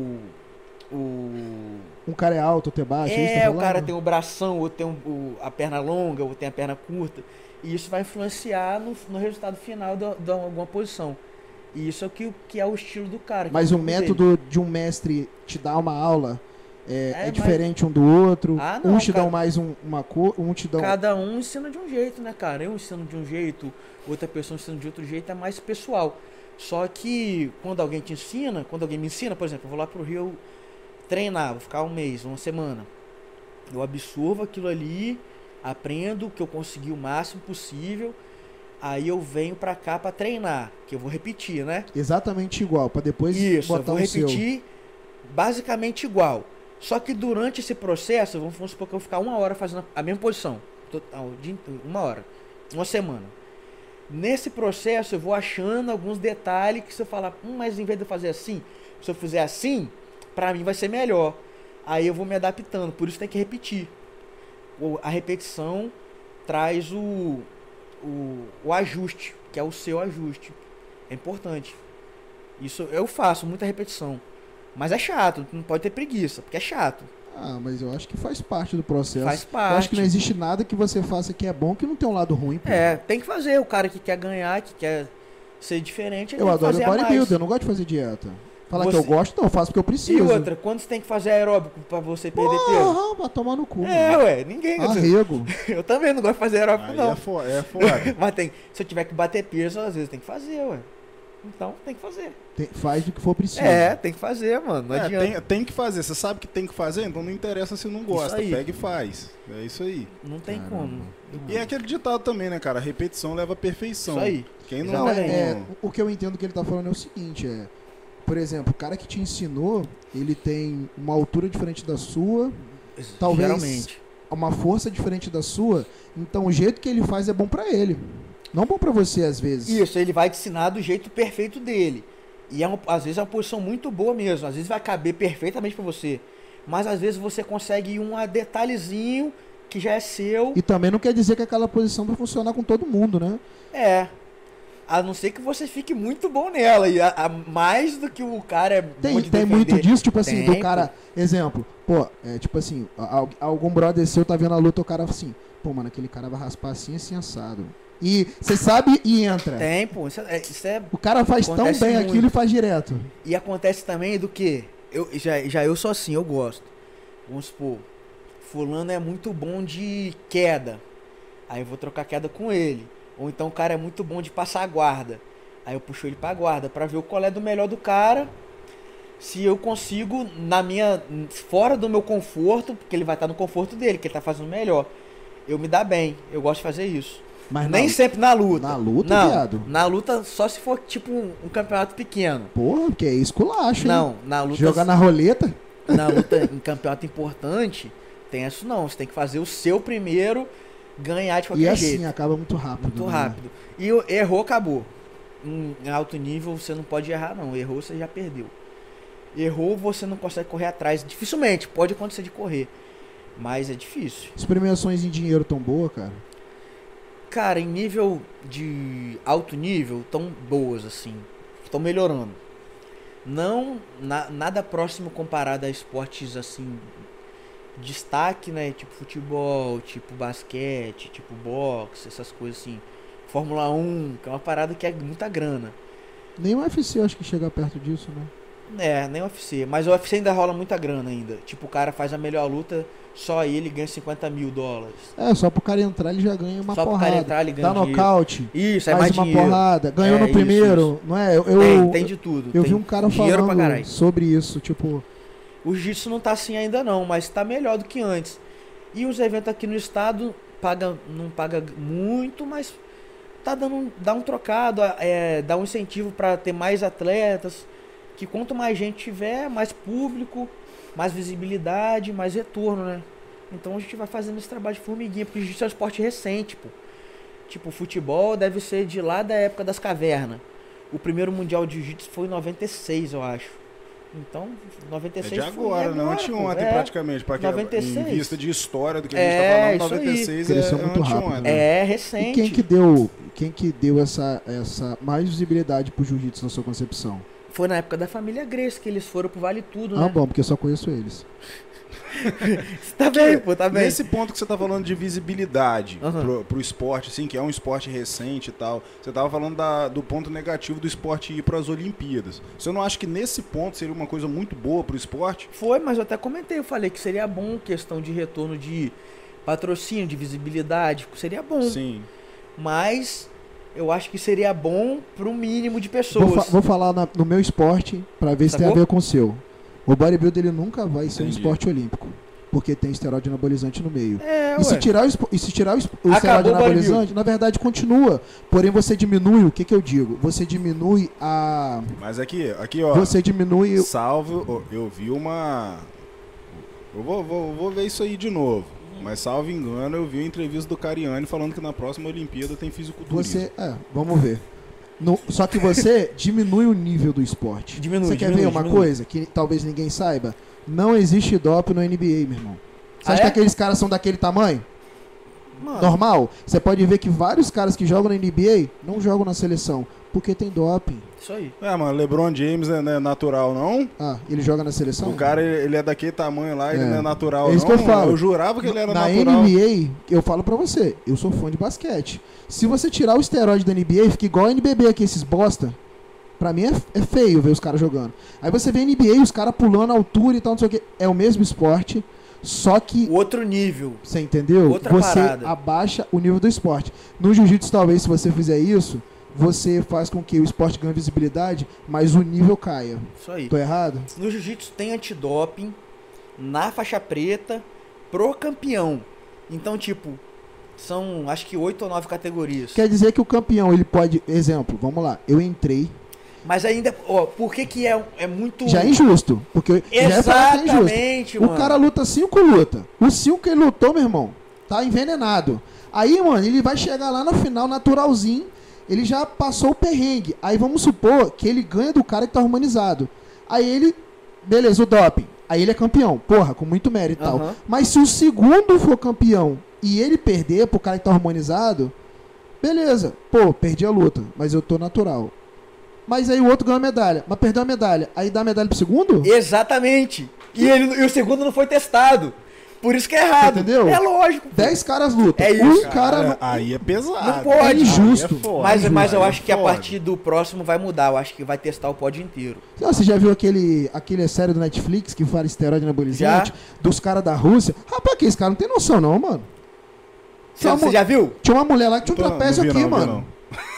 Um cara é alto, outro é baixo. é isso que tá o falando? cara tem o bração, outro tem a perna longa, outro tem a perna curta. E isso vai influenciar no resultado final de alguma posição. E isso é que é o estilo do cara. Mas que é o estilo método de um mestre te dar uma aula é mas- diferente um do outro. Ah, não, um te dão cara. mais uma cor, um te dão... Cada um ensina de um jeito, né, cara? Eu ensino de um jeito, outra pessoa ensina de outro jeito, é mais pessoal. Só que quando alguém me ensina, por exemplo, eu vou lá pro Rio treinar, vou ficar um mês, uma semana. Eu absorvo aquilo ali, aprendo o que eu consegui o máximo possível, aí eu venho pra cá pra treinar, que eu vou repetir, né? Exatamente igual, pra depois Isso, eu botar vou o seu. repetir basicamente igual. Só que durante esse processo, vamos supor que eu vou ficar 1 hora fazendo a mesma posição. Total, 1 hora. Uma semana. Nesse processo eu vou achando alguns detalhes que se eu falar, mas em vez de eu fazer assim, se eu fizer assim, pra mim vai ser melhor. Aí eu vou me adaptando, por isso tem que repetir. A repetição traz o ajuste, que é o seu ajuste. É importante. Isso eu faço, muita repetição. Mas é chato, não pode ter preguiça, porque é chato. Ah, mas eu acho que faz parte do processo. Faz parte. Eu acho que não existe nada que você faça que é bom que não tem um lado ruim. Pô. Tem que fazer. O cara que quer ganhar, que quer ser diferente, ele Eu tem que adoro fazer a mais. bodybuilder, eu não gosto de fazer dieta. Falar que Você- eu gosto, não, eu faço porque eu preciso. E outra, quando você tem que fazer aeróbico pra você perder peso? Porra, vai tomar no cu. mano. Ué, ninguém. Arrego. Eu também não gosto de fazer aeróbico, Aí não. é foda. Mas se eu tiver que bater peso, às vezes tem que fazer, ué. Então tem que fazer. Faz do que for preciso. Tem que fazer, mano. Não adianta. Tem que fazer. Você sabe que tem que fazer, então não interessa se não gosta. Isso aí. Pega e faz. É isso aí. Não tem Caramba. como. E é aquele ditado também, né, cara? Repetição leva à perfeição. Isso aí. Quem não Não, Exatamente. o que eu entendo que ele tá falando é o seguinte, por exemplo, o cara que te ensinou, ele tem uma altura diferente da sua, talvez Geralmente. uma força diferente da sua, então o jeito que ele faz é bom pra ele. Não bom pra você, às vezes. Isso, ele vai te ensinar do jeito perfeito dele. E às vezes é uma posição muito boa mesmo. Às vezes vai caber perfeitamente pra você. Mas às vezes você consegue um detalhezinho que já é seu. E também não quer dizer que aquela posição vai funcionar com todo mundo, né? A não ser que você fique muito bom nela. E mais do que o cara é bom de Tem defender. muito disso, tipo assim, Tem, do cara... Exemplo, tipo assim, algum brother seu tá vendo a luta, o cara assim, mano, aquele cara vai raspar assim, assim, assado. E você sabe e entra. Tem, pô. Isso é O cara faz tão acontece bem muito. aquilo e faz direto. E acontece também do que? Eu sou assim, eu gosto. Vamos supor, fulano é muito bom de queda. Aí eu vou trocar queda com ele. Ou então o cara é muito bom de passar a guarda. Aí eu puxo ele pra guarda pra ver qual é do melhor do cara. Se eu consigo, fora do meu conforto, porque ele vai estar no conforto dele, que ele tá fazendo melhor. Eu me dá bem, eu gosto de fazer isso. Mas Nem sempre na luta. Na luta, não, viado? Na luta só se for tipo um campeonato pequeno. Porra, porque é esculacho, hein? Não, na luta. Jogar na roleta? Na luta em campeonato importante, tem isso não. Você tem que fazer o seu primeiro, ganhar de E qualquer assim, jeito. acaba muito rápido. Muito né? rápido. E errou, acabou. Em alto nível você não pode errar, não. Errou, você já perdeu. Errou, você não consegue correr atrás. Dificilmente, pode acontecer de correr. Mas é difícil. As premiações em dinheiro tão boa, cara? Cara, em nível de alto nível, tão boas assim. Estão melhorando. Não, nada próximo comparado a esportes assim, destaque, né? Tipo futebol, tipo basquete, tipo boxe, essas coisas assim. Fórmula 1, que é uma parada que é muita grana. Nem o UFC eu acho que chega perto disso, né? Nem o UFC. Mas o UFC ainda rola muita grana ainda. Tipo, o cara faz a melhor luta, só ele ganha $50 mil. Só pro cara entrar ele já ganha uma Só pro porrada. cara entrar ele ganha Dá dinheiro. nocaute, Isso, é faz mais uma dinheiro. porrada. Ganhou no Isso, primeiro, não é? Tem de tudo. Eu Tem vi um cara dinheiro pra falando caralho. sobre isso, tipo... O jiu-jitsu não tá assim ainda não, mas tá melhor do que antes. E os eventos aqui no estado não paga muito, mas tá dá um trocado, dá um incentivo para ter mais atletas, que quanto mais gente tiver, mais público, mais visibilidade, mais retorno, né? Então a gente vai fazendo esse trabalho de formiguinha, porque o jiu-jitsu é um esporte recente, pô. Tipo, o futebol deve ser de lá da época das cavernas. O primeiro mundial de jiu-jitsu foi em 96, eu acho. Então, 96 é de agora, não anteontem, praticamente. Pra 96. Em vista de história do que a gente tá falando, isso 96 aí. Cresceu é muito rápido, anteontem. né? É recente. E quem que deu essa mais visibilidade pro jiu-jitsu na sua concepção? Foi na época da família Grace que eles foram pro Vale Tudo, né? Bom, porque eu só conheço eles. Tá bem, pô, tá bem. Nesse ponto que você tá falando de visibilidade Uhum. pro esporte, assim, que é um esporte recente e tal, você tava falando do ponto negativo do esporte ir pras Olimpíadas. Você não acha que nesse ponto seria uma coisa muito boa pro esporte? Foi, mas eu até comentei, eu falei que seria bom questão de retorno de patrocínio, de visibilidade, seria bom. Sim. Mas eu acho que seria bom pro mínimo de pessoas. Vou falar no meu esporte pra ver se tem a Sacou? ver com o seu. O bodybuilder ele nunca vai ser um Entendi. esporte olímpico. Porque tem esteroide anabolizante no meio. Ué. Se tirar o esteroide Acabou o anabolizante, na verdade continua. Porém você diminui, o que eu digo? Você diminui a... Mas aqui ó. Você diminui... Salvo, eu vi uma... Eu vou ver isso aí de novo. Mas salvo engano, eu vi a entrevista do Cariani falando que na próxima Olimpíada tem fisiculturismo. Vamos ver. Só que você diminui o nível do esporte. Você quer ver uma coisa que talvez ninguém saiba? Não existe doping no NBA, meu irmão. Você acha que aqueles caras são daquele tamanho? Mano, Normal? Você pode ver que vários caras que jogam na NBA não jogam na seleção, porque tem doping. isso aí. Mano, LeBron James não é natural, não? Ele joga na seleção? O cara, ele é daquele tamanho lá, ele não é natural, É isso não. que eu falo. Eu jurava que ele era na natural. NBA, eu falo pra você, eu sou fã de basquete. Se você tirar o esteroide da NBA, fica igual a NBB aqui, esses bosta. Pra mim é feio ver os caras jogando. Aí você vê a NBA, os caras pulando a altura e tal, não sei o que. É o mesmo esporte, só que... Outro nível. Você entendeu? Outra você parada. abaixa o nível do esporte. No jiu-jitsu, talvez, se você fizer isso, você faz com que o esporte ganhe visibilidade, mas o nível caia. Isso aí. Tô errado? No jiu-jitsu tem antidoping na faixa preta pro campeão. Então, tipo, são acho que 8 ou 9 categorias. Quer dizer que o campeão, ele pode... Exemplo, vamos lá. Eu entrei... Mas ainda, ó, por que é muito... Já é injusto. Porque Exatamente, já é injusto. mano. O cara luta 5 lutas. Os 5 que ele lutou, meu irmão, tá envenenado. Aí, mano, ele vai chegar lá no final, naturalzinho. Ele já passou o perrengue. Aí vamos supor que ele ganha do cara que tá harmonizado. Aí ele... Beleza, o doping. Aí ele é campeão. Porra, com muito mérito e tal. Mas se o segundo for campeão e ele perder pro cara que tá harmonizado... Beleza. Pô, perdi a luta. Mas eu tô natural. Mas aí o outro ganhou a medalha. Mas perdeu a medalha. Aí dá a medalha pro segundo? Exatamente. E o segundo não foi testado. Por isso que é errado. Entendeu? É lógico. 10 caras lutam. É isso. Um cara... Aí é pesado. Não pode. É injusto. Mas eu Aí acho é que a foda. partir do próximo vai mudar. Eu acho que vai testar o pódio inteiro. Você já viu aquele série do Netflix que fala esteroide anabolizante? Dos caras da Rússia? Rapaz, que esse cara não tem noção não, mano. Você já viu? Tinha uma mulher lá que tinha um trapézio Não vi aqui, não, vi mano. não.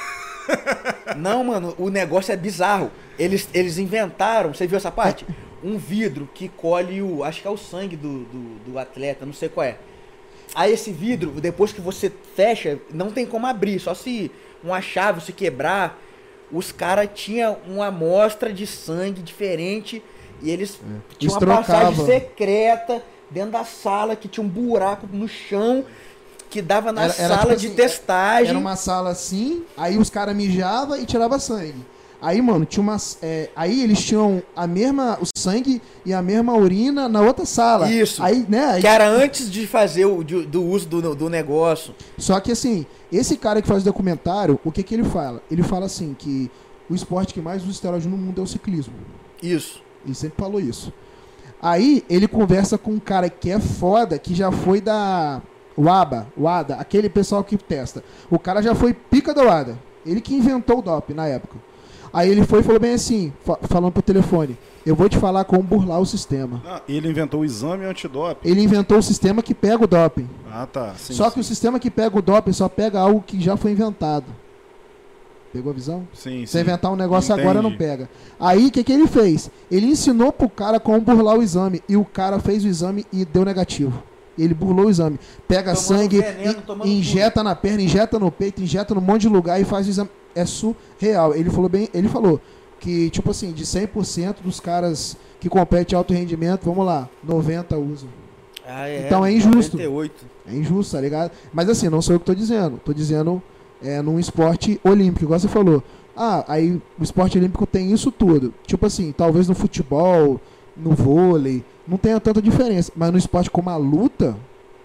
Não, mano, o negócio é bizarro. Eles inventaram, você viu essa parte? Um vidro que colhe acho que é o sangue do atleta, não sei qual é. Aí esse vidro, depois que você fecha, não tem como abrir, só se uma chave se quebrar. Os caras tinham uma amostra de sangue diferente e eles tinham uma passagem secreta dentro da sala que tinha um buraco no chão que dava na sala tipo de assim, testagem. Era uma sala assim, aí os caras mijavam e tiravam sangue. Aí, mano, tinha umas. Aí eles tinham o sangue e a mesma urina na outra sala. Isso. Aí, né? Aí, que era antes de fazer do uso do negócio. Só que assim, esse cara que faz o documentário, o que ele fala? Ele fala assim que o esporte que mais usa esteroide no mundo é o ciclismo. Isso. Ele sempre falou isso. Aí ele conversa com um cara que é foda, que já foi da WADA, aquele pessoal que testa. O cara já foi pica da WADA. Ele que inventou o doping na época. Aí ele foi e falou bem assim, falando pro telefone: eu vou te falar como burlar o sistema. Não, ele inventou o exame antidoping. Ele inventou o sistema que pega o doping. Ah, tá. Sim, Só que o sistema que pega o doping só pega algo que já foi inventado. Pegou a visão? Sim, Você inventar um negócio Entendi. agora não pega. Aí o que ele fez? Ele ensinou pro cara como burlar o exame. E o cara fez o exame e deu negativo. Ele burlou o exame. Pega Tomando sangue, veneno, tomando injeta na perna, injeta no peito, injeta num monte de lugar e faz o exame. É surreal. Ele falou que, tipo assim, de 100% dos caras que competem alto rendimento, vamos lá, 90 usam. Ah, é. Então é injusto. 98. É injusto, tá ligado? Mas assim, não sou eu que tô dizendo. Tô dizendo num esporte olímpico, igual você falou. Ah, aí o esporte olímpico tem isso tudo. Tipo assim, talvez no futebol, no vôlei, não tenha tanta diferença. Mas no esporte como a luta...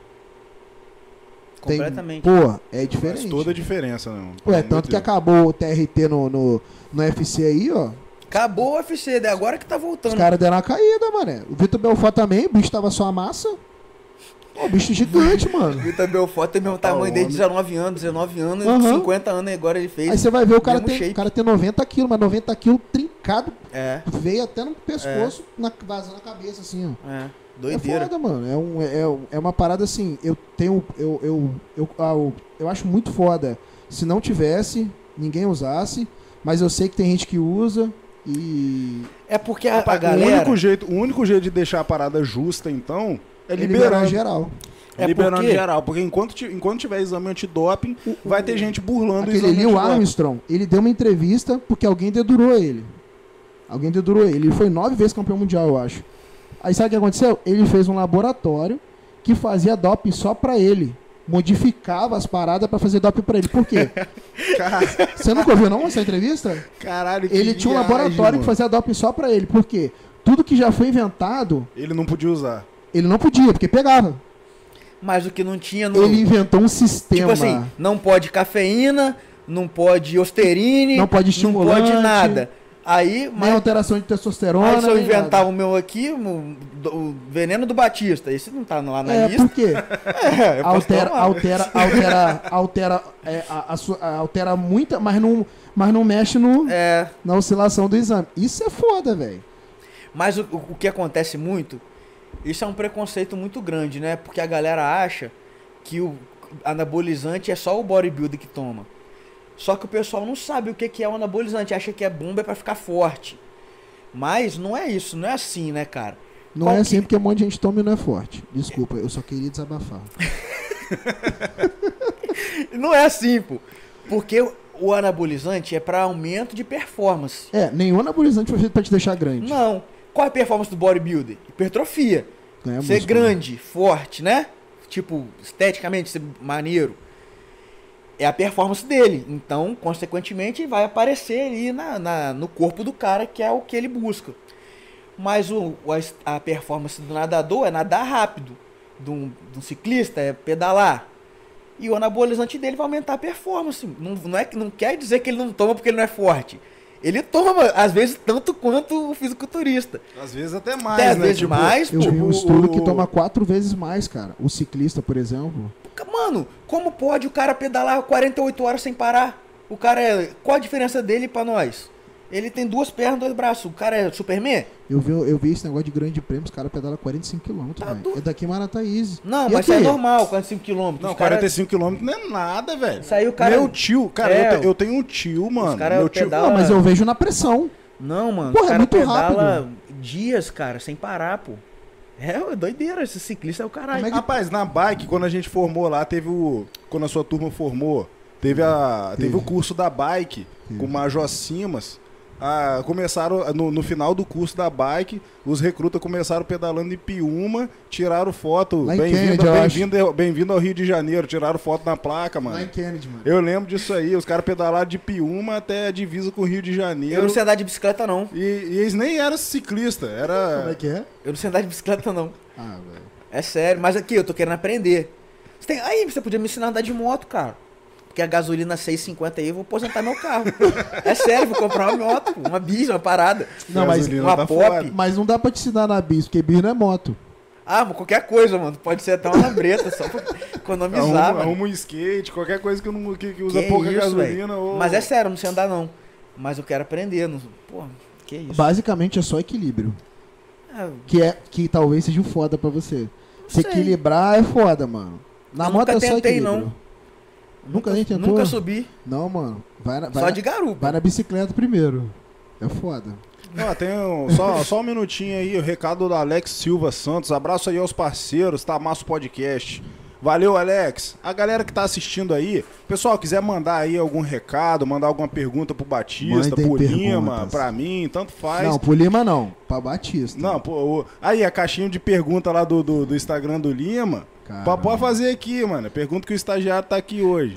Completamente. Pô, é diferente. Faz toda a diferença, não. Ué, tanto que acabou o TRT no UFC aí, ó. Acabou o UFC, agora que tá voltando. Os caras deram uma caída, mané. O Vitor Belfort também, o bicho tava só a massa. Pô, bicho gigante, mano. Vitor Belfort tem o mesmo tamanho desde 19 anos, 50 anos agora ele fez. Aí você vai ver o cara mesmo tem 90 quilos, mas 90 quilos trincado. É. Veio até no pescoço, vazando a cabeça, assim, ó. É. Doideira. É foda, mano. É uma parada assim. Eu acho muito foda. Se não tivesse, ninguém usasse. Mas eu sei que tem gente que usa e. É porque a galera. O único jeito de deixar a parada justa, então, é liberar liberando. geral. Liberando geral. Porque enquanto tiver exame antidoping, vai ter gente burlando o exame Aquele ali, o antidoping. Armstrong, ele deu uma entrevista porque alguém dedurou ele. Ele foi 9 vezes campeão mundial, eu acho. Aí sabe o que aconteceu? Ele fez um laboratório que fazia doping só pra ele. Modificava as paradas pra fazer doping pra ele. Por quê? Você nunca ouviu não essa entrevista? Caralho, que Ele tinha um viagem, laboratório que mano. fazia doping só pra ele. Por quê? Tudo que já foi inventado, Ele não podia usar. ele não podia, porque pegava. Mas o que não tinha no. Ele inventou um sistema. Tipo assim, não pode cafeína, não pode Osterine, Não pode estimulante, não pode nada. Aí, nem mas alteração de testosterona. aí se eu nem inventar nada. o meu aqui, o veneno do Batista, esse não tá lá na É, lista. por quê? Eu posso tomar. Altera muita, mas não mexe na oscilação do exame. Isso é foda, velho. Mas o que acontece muito, isso é um preconceito muito grande, né? Porque a galera acha que o anabolizante é só o bodybuilder que toma. Só que o pessoal não sabe o que é o anabolizante, acha que é bomba pra ficar forte. Mas não é isso, não é assim, né, cara? Não é assim porque um monte de gente toma e não é forte. Desculpa, eu só queria desabafar. Não é assim, pô. Porque o anabolizante é pra aumento de performance. Nenhum anabolizante foi feito pra te deixar grande. Não. Qual é a performance do bodybuilder? Hipertrofia. Ganhar Ser músculo. grande, forte, né? Tipo, esteticamente, ser maneiro. É a performance dele. Então, consequentemente, vai aparecer ali no corpo do cara, que é o que ele busca. Mas a performance do nadador é nadar rápido. Do ciclista é pedalar. E o anabolizante dele vai aumentar a performance. Não quer dizer que ele não toma porque ele não é forte. Ele toma, às vezes, tanto quanto o fisiculturista. Às vezes até mais, Até às né? vezes mais, Eu pô. vi um estudo que toma 4 vezes mais, cara. O ciclista, por exemplo. Mano, como pode o cara pedalar 48 horas sem parar? O cara qual a diferença dele pra nós? Ele tem 2 pernas, 2 braços. O cara é Superman? Eu vi esse negócio de grande prêmio, os caras pedalam 45 km, Tá velho. doido. É daqui em Marataízes. Não, E mas isso é aqui? normal, 45 km. Não, 45 km não é nada, velho. Isso aí o cara... Meu tio, cara, eu tenho um tio, mano. cara Meu tio, pedala- Não, mas eu vejo na pressão. Não, mano, Porra, o é cara muito pedala rápido. dias, cara, sem parar, pô. É doideira, esse ciclista é o caralho. Como é que- Rapaz, na bike, quando a gente formou lá, quando a sua turma formou, teve o curso da bike com o Major Simas. Começaram, no final do curso da bike, os recrutas começaram pedalando em Piúma, tiraram foto, Lá em Kennedy, eu acho. bem-vindo ao Rio de Janeiro, tiraram foto na placa, mano. Lá em Kennedy, mano. Eu lembro disso aí, os caras pedalaram de Piúma até a divisa com o Rio de Janeiro. Eu não sei andar de bicicleta, não. E eles nem eram ciclistas, era... Como é que é? Eu não sei andar de bicicleta, não. Ah, velho. É sério, mas aqui, eu tô querendo aprender. Você podia me ensinar a andar de moto, cara. Porque a gasolina 6,50 aí, eu vou aposentar meu carro. É sério, vou comprar uma moto, uma bis, uma parada. Não, mas, Gasolina uma tá pop. foda. mas não dá pra te ensinar na bis, porque bis não é moto. Mas qualquer coisa, mano. Pode ser até uma lambreta, só pra economizar, mano. Arruma um skate, qualquer coisa que usa Que pouca isso, gasolina. velho? Ou... Mas é sério, eu não sei andar, não. Mas eu quero aprender. Porra, que isso. Basicamente é só equilíbrio. É, Que talvez seja o foda pra você. Se sei. equilibrar é foda, mano. Na Eu moto nunca é só tentei, equilíbrio. não. Nunca nem tentou? Nunca subi. Não, mano. Vai Só de garupa. vai na bicicleta primeiro. É foda. Só um minutinho aí, o recado do Alex Silva Santos. Abraço aí aos parceiros, tá? Massa o podcast. Valeu, Alex. A galera que tá assistindo aí, pessoal, quiser mandar aí algum recado, mandar alguma pergunta pro Batista, Mandem pro Lima, perguntas. pra mim, tanto faz. Não, pro Lima não. Pra Batista. Não, pô, aí a caixinha de pergunta lá do Instagram do Lima, Caramba. pode fazer aqui, mano. Pergunta que o estagiário tá aqui hoje.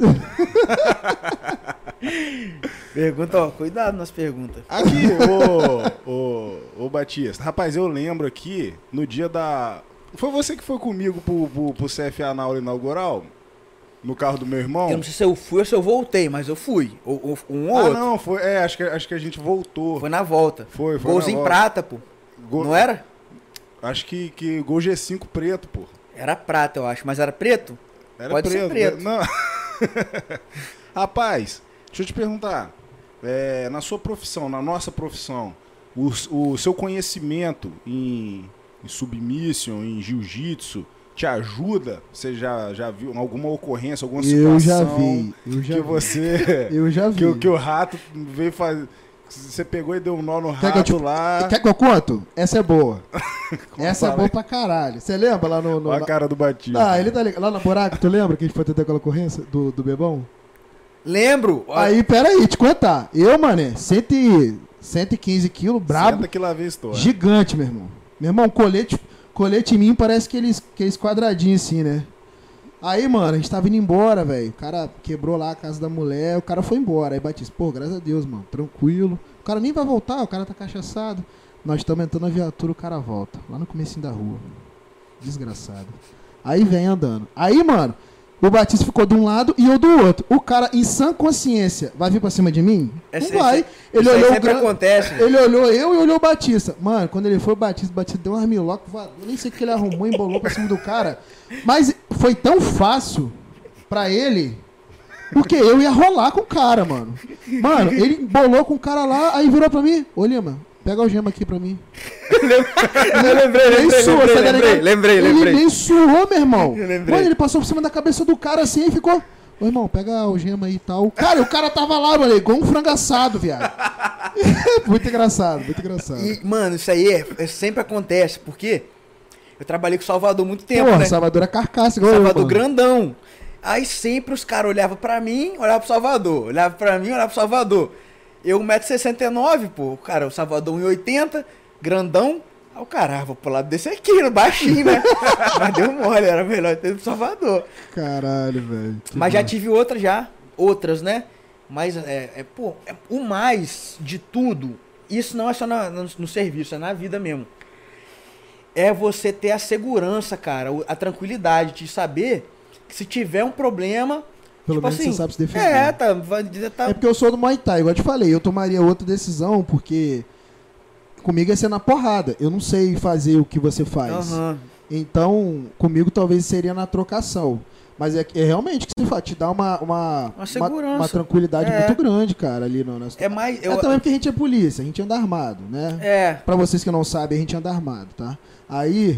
Pergunta, ó, cuidado nas perguntas. Aqui, ô Batista. Rapaz, eu lembro aqui, no dia da... Foi você que foi comigo pro CFA na aula inaugural? No carro do meu irmão? Eu não sei se eu fui ou se eu voltei, mas eu fui. Um ou outro. Não, foi... acho que a gente voltou. Foi na volta. Foi Golzinho na volta. prata, pô. Não era? Acho que Gol G5 preto, pô. Era prata, eu acho. Mas era preto? Era Pode ser preto. Não. Rapaz, deixa eu te perguntar. Na sua profissão, na nossa profissão, o seu conhecimento em submission, em jiu-jitsu, te ajuda? Você já viu alguma ocorrência, alguma situação? Eu já vi. Que você... Eu já vi. que o rato veio fazer... Você pegou e deu um nó no Quer que eu rato lá... Quer que eu conto? Essa é boa. Essa é fala boa aí. pra caralho. Você lembra lá no... Olha a cara do Batista. Ah, ele tá ligado. Lá na Buraco, tu lembra que a gente foi ter aquela ocorrência do Bebão? Lembro. Aí, peraí, te contar. Eu, mané, 115 quilos, brabo, Senta que lá vem a história. gigante, meu irmão. Meu irmão, colete em mim parece aqueles quadradinhos assim, né? Aí, mano, a gente tava indo embora, velho. O cara quebrou lá a casa da mulher, o cara foi embora. Aí Batista, pô, graças a Deus, mano, tranquilo. O cara nem vai voltar, o cara tá cachaçado. Nós estamos entrando na viatura, o cara volta. Lá no comecinho da rua. Desgraçado. Aí vem andando. Aí, mano, o Batista ficou de um lado e eu do outro. O cara, em sã consciência, vai vir pra cima de mim? Não vai. Ele Isso aí olhou o sempre acontece. Ele olhou eu e olhou o Batista. Mano, quando ele foi o Batista deu umas milocas, eu nem sei o que ele arrumou, embolou pra cima do cara. Mas foi tão fácil pra ele, porque eu ia rolar com o cara, mano. Mano, ele embolou com o cara lá, aí virou pra mim. Ô, Lima, pega o gema aqui pra mim. Lembrei. Ele nem suou, meu irmão. Eu lembrei. Mano, ele passou por cima da cabeça do cara assim e ficou... Ô, irmão, pega a algema aí e tal. Cara, o cara tava lá, mano, igual um frango assado, viado. Muito engraçado, muito engraçado. E, mano, isso aí sempre acontece, porque eu trabalhei com Salvador há muito tempo, Porra, né? Salvador é carcaça, igual Salvador eu, mano. grandão. Aí sempre os caras olhavam pra mim, olhavam pro Salvador. Olhavam pra mim, olhavam pro Salvador. Eu 1,69 m, pô. O cara, o Salvador 1,80 m, grandão. Aí o cara, vou pro lado desse aqui, baixinho, né? Mas deu mole, era melhor ter pro Salvador. Caralho, velho. Mas já tive outras, né? Mas, o mais de tudo, isso não é só no serviço, é na vida mesmo. É você ter a segurança, cara, a tranquilidade de saber que se tiver um problema... Pelo tipo menos assim, você sabe se defender. tá... É porque eu sou do Muay Thai, igual eu te falei. Eu tomaria outra decisão, porque comigo ia ser na porrada. Eu não sei fazer o que você faz. Uhum. Então, comigo talvez seria na trocação. Mas é realmente que se faz, te dá uma segurança. uma tranquilidade muito grande, cara, ali no É mais... também porque a gente é polícia, a gente anda armado, né? É. Pra vocês que não sabem, a gente anda armado, tá? Aí...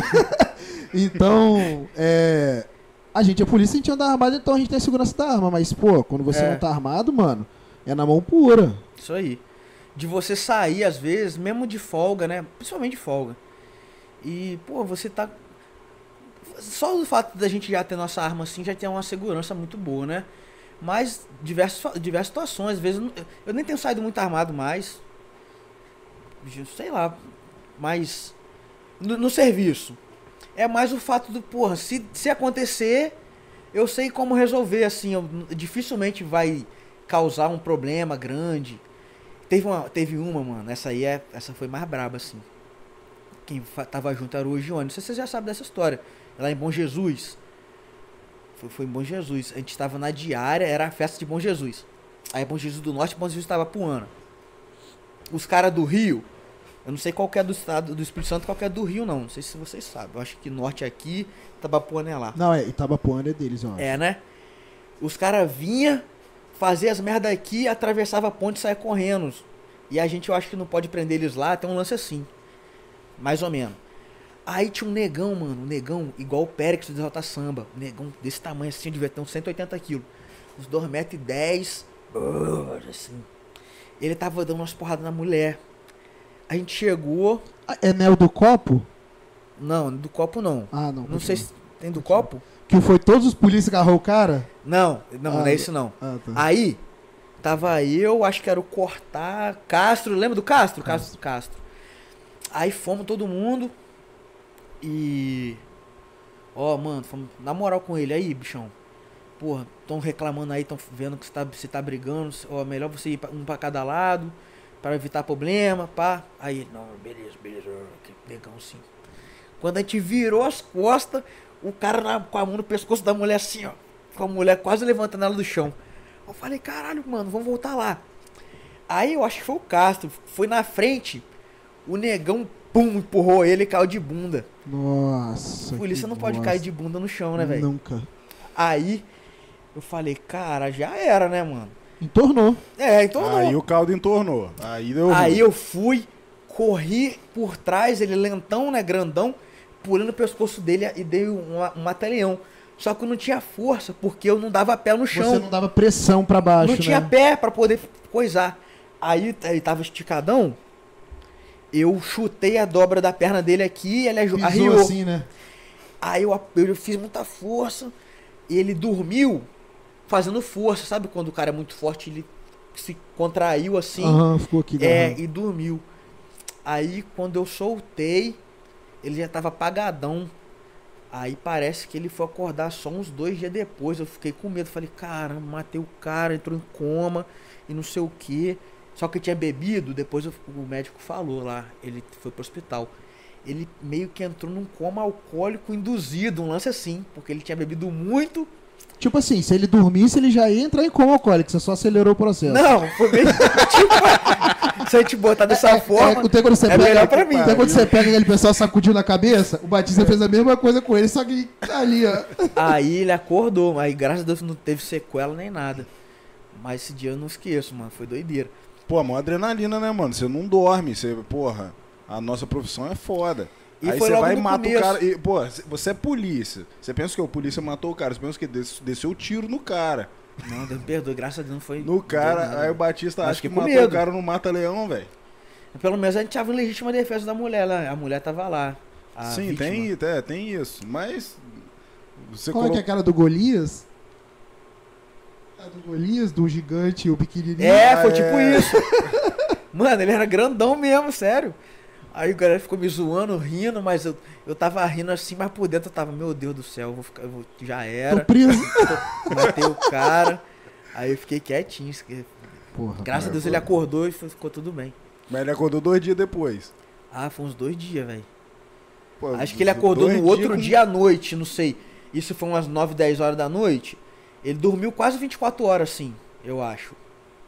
então, a gente é polícia, a gente anda armado, então a gente tem a segurança da arma. Mas, pô, quando você não tá armado, mano, é na mão pura. Isso aí. De você sair, às vezes, mesmo de folga, né? Principalmente de folga. E, pô, você tá... Só o fato da gente já ter nossa arma assim, já tem uma segurança muito boa, né? Mas diversas situações, às vezes eu nem tenho saído muito armado mais. Sei lá. Mas no serviço. É mais o fato do, porra, se acontecer, eu sei como resolver, assim. Dificilmente vai causar um problema grande. Teve uma, mano, essa foi mais braba, assim. Quem tava junto era o Gione. Não sei se você já sabe dessa história. Lá em Bom Jesus. Foi em Bom Jesus. A gente tava na diária, era a festa de Bom Jesus. Aí Bom Jesus do Norte, Bom Jesus tava Puana. Os caras do Rio, eu não sei qual que é do estado do Espírito Santo, qual que é do Rio, não. Não sei se vocês sabem. Eu acho que Norte é aqui, Itabapuana é lá. Não, Itabapuana é deles, ó. É, né? Os caras vinham, faziam as merda aqui, atravessava a ponte e saia correndo. E a gente, eu acho que não pode prender eles lá, tem um lance assim. Mais ou menos. Aí tinha um negão, mano, igual o Périx do Derrota Samba. Um negão desse tamanho assim, devia ter uns 180 quilos. Uns 2,10 m, assim. Ele tava dando umas porradas na mulher. A gente chegou... É Nel do Copo? Não, do copo não. Ah, não. Não sei se tem do copo. Que foi todos os polícias que agarrou o cara? Não é isso não. Ah, tá. Aí, tava eu, acho que era o Cortar, Castro, lembra do Castro? Castro. Aí fomos todo mundo e... Ó, mano, fomos na moral com ele aí, bichão. Porra, tão reclamando aí, tão vendo que você tá brigando. Ó, melhor você ir um pra cada lado, pra evitar problema, pá. Aí ele, não, beleza, que negão sim. Quando a gente virou as costas, o cara com a mão no pescoço da mulher assim, ó. Com a mulher quase levantando ela do chão. Eu falei, caralho, mano, vamos voltar lá. Aí eu acho que foi o Castro, foi na frente, o negão, pum, empurrou ele e caiu de bunda. Nossa. A polícia não pode cair de bunda no chão, né, velho? Nunca. Aí eu falei, cara, já era, né, mano? Entornou. Entornou. Aí o caldo entornou. Aí deu ruim. Aí eu fui, corri por trás, ele lentão, né, grandão, pulando o pescoço dele e dei um mata-leão. Só que eu não tinha força, porque eu não dava pé no chão. Você não dava pressão pra baixo, Não tinha né? pé pra poder coisar. Aí ele tava esticadão, eu chutei a dobra da perna dele aqui e ele Pisou arriou. assim, né? Aí eu fiz muita força, ele dormiu fazendo força. Sabe quando o cara é muito forte, ele se contraiu assim? Aham, ficou aqui. E dormiu. Aí quando eu soltei, ele já tava apagadão. Aí parece que ele foi acordar só uns 2 dias depois. Eu fiquei com medo. Falei, caramba, matei o cara, entrou em coma e não sei o que. Só que eu tinha bebido, depois o médico falou lá. Ele foi pro hospital. Ele meio que entrou num coma alcoólico induzido, um lance assim. Porque ele tinha bebido muito. Tipo assim, se ele dormisse, ele já ia entrar em coma alcoólico. Você só acelerou o processo. Não, foi meio tipo, se a gente botar dessa forma, melhor pra mim. Até quando você pega aquele pessoal sacudiu na cabeça, o Batista fez a mesma coisa com ele, só que ali, ó. Aí ele acordou, aí graças a Deus não teve sequela nem nada. Mas esse dia eu não esqueço, mano, foi doideira. Pô, mó adrenalina, né, mano? Você não dorme, você, porra, a nossa profissão é foda. E Aí foi você logo vai e no mata começo. o cara. E, pô, você é polícia. Você pensa que o polícia matou o cara. Você pensa que desceu o tiro no cara. Não, Deus me perdoe, graças a Deus não foi. No cara, nada, aí o velho. Batista Mas acha que fiquei com matou medo. o cara no Mata-Leão, velho. Pelo menos a gente tava em legítima defesa da mulher lá. A mulher tava lá. A Sim, vítima. tem isso. Mas. Você Qual é que é colocou. a cara do Golias? A do Golias, do gigante e o pequenininho. É, foi Ah, tipo é. isso. Mano, ele era grandão mesmo, sério. Aí o galera ficou me zoando, rindo, mas eu tava rindo assim, mas por dentro eu tava, meu Deus do céu, já Tô era. preso. Matei o cara. Aí eu fiquei quietinho. Porra. Graças a Deus ele acordou e ficou tudo bem. Mas ele acordou 2 dias depois. Ah, foi uns 2 dias, velho. Pô, Acho que ele acordou 2 no outro dias com- dia à noite, não sei. Isso foi umas 9, 10 horas da noite. Ele dormiu quase 24 horas, assim, eu acho.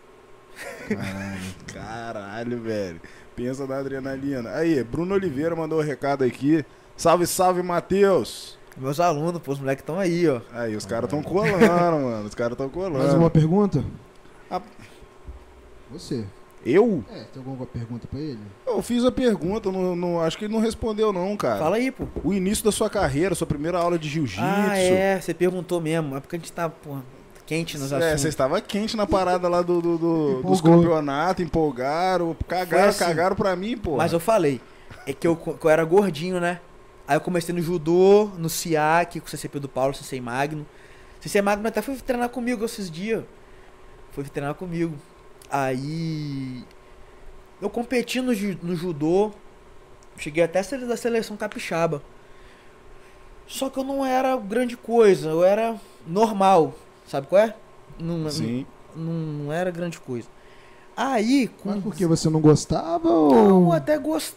Caralho, velho. Pensa na adrenalina. Aí, Bruno Oliveira mandou um recado aqui. Salve, salve, Matheus. Meus alunos, pô, os moleques estão aí, ó. Aí, os caras tão colando, mano. Os caras tão colando. Mais uma pergunta? Ah. Você. Eu? É, tem alguma pergunta pra ele? Eu fiz a pergunta, acho que ele não respondeu não, cara. Fala aí, pô. O início da sua carreira, sua primeira aula de jiu-jitsu. Ah, é, você perguntou mesmo. É porque a gente tá, pô, quente nos É, assuntos. você estava quente na parada lá dos Empolgou. campeonatos, empolgaram, cagaram, assim. cagaram pra mim, pô. Mas eu falei, é que eu era gordinho, né? Aí eu comecei no judô, no SIAC, com o CCP do Paulo, Sensei Magno. Sensei Magno até foi treinar comigo esses dias. Foi treinar comigo. Aí eu competi no judô, cheguei até a ser da seleção capixaba. Só que eu não era grande coisa, eu era normal, sabe qual é? Não, Sim. não era grande coisa. Aí, com Mas porque você não gostava não, ou... até gosto.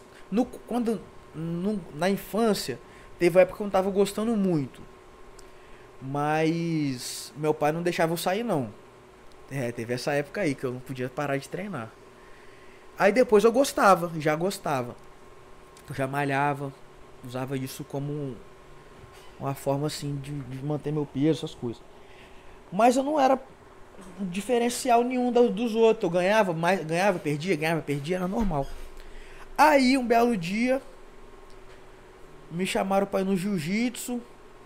Na infância, teve uma época que eu não tava gostando muito. Mas meu pai não deixava eu sair, não. É, teve essa época aí que eu não podia parar de treinar. Aí depois eu gostava, já gostava. Eu já malhava, usava isso como uma forma assim de manter meu peso, essas coisas. Mas eu não era diferencial nenhum dos outros. Eu ganhava, perdia, era normal. Aí, um belo dia, me chamaram para ir no jiu-jitsu.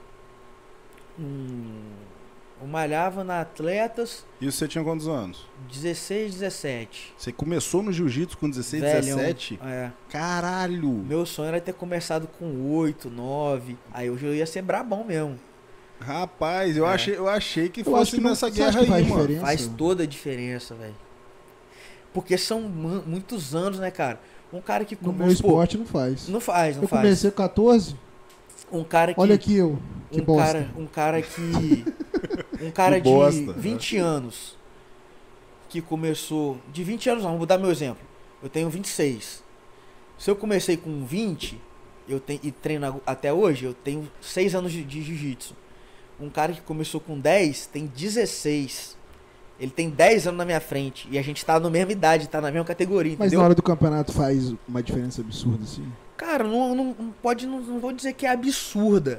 Eu malhava na Atletas, Isso você tinha quantos anos? 16, 17. Você começou no jiu-jitsu com 16, Velhão. 17? É. Caralho! Meu sonho era ter começado com 8, 9. Aí hoje eu ia ser brabão mesmo. Rapaz, eu achei que Eu fosse acho que não- nessa você acha guerra que faz aí, mano. diferença? Faz toda a diferença, velho. Porque são muitos anos, né, cara? Um cara que No meu vamos supor, esporte não faz. Não faz, não Eu faz. comecei com 14, Um cara que. olha aqui eu. Que bosta. Um cara que. Um cara Que bosta, de 20 anos. Que começou. De 20 anos não, vou dar meu exemplo. Eu tenho 26. Se eu comecei com 20, e treino até hoje, eu tenho 6 anos de jiu-jitsu. Um cara que começou com 10 tem 16. Ele tem 10 anos na minha frente. E a gente tá na mesma idade, tá na mesma categoria, Mas entendeu? na hora do campeonato faz uma diferença absurda, assim? Cara, não vou dizer que é absurda.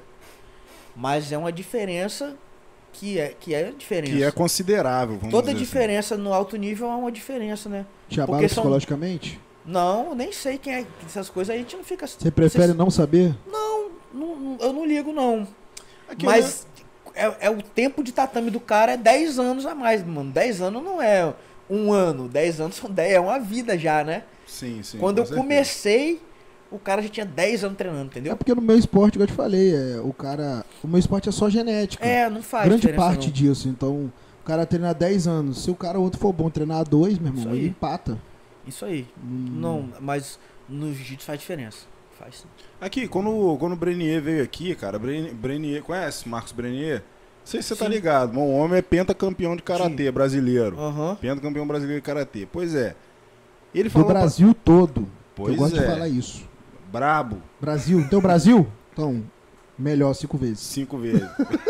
Mas é uma diferença que é diferença. Que é considerável, vamos Toda dizer diferença no alto nível é uma diferença, né? Te abala Porque são- psicologicamente? Não, nem sei quem é. Essas coisas a gente não fica. Você prefere não saber? Eu não ligo, não. assim. Aqui, Mas é o tempo de tatame do cara é 10 anos a mais, mano. 10 anos não é um ano. 10 anos são 10, é uma vida já, né? Sim, sim. Quando com eu certeza. comecei, o cara já tinha 10 anos treinando, É entendeu? porque no meu esporte, igual eu te falei, o meu esporte é só genética. É, não faz Grande diferença, parte não. disso. Então, o cara treina 10 anos. Se o cara outro for bom treinar 2, meu Isso irmão, aí. ele empata. Isso aí. Não, mas no jiu-jitsu faz diferença. Faz sim. Aqui, quando o Brenier veio aqui, cara, Brenier, conhece Marcos Brenier? Não sei se você tá Sim. ligado, mas o homem é pentacampeão de karatê brasileiro. Aham. Pentacampeão brasileiro de karatê. Pois é. Ele Do falou. Brasil todo. Pois eu gosto é. de falar isso. Brabo, Brasil. Então, Brasil? Então, melhor 5 vezes. 5 vezes.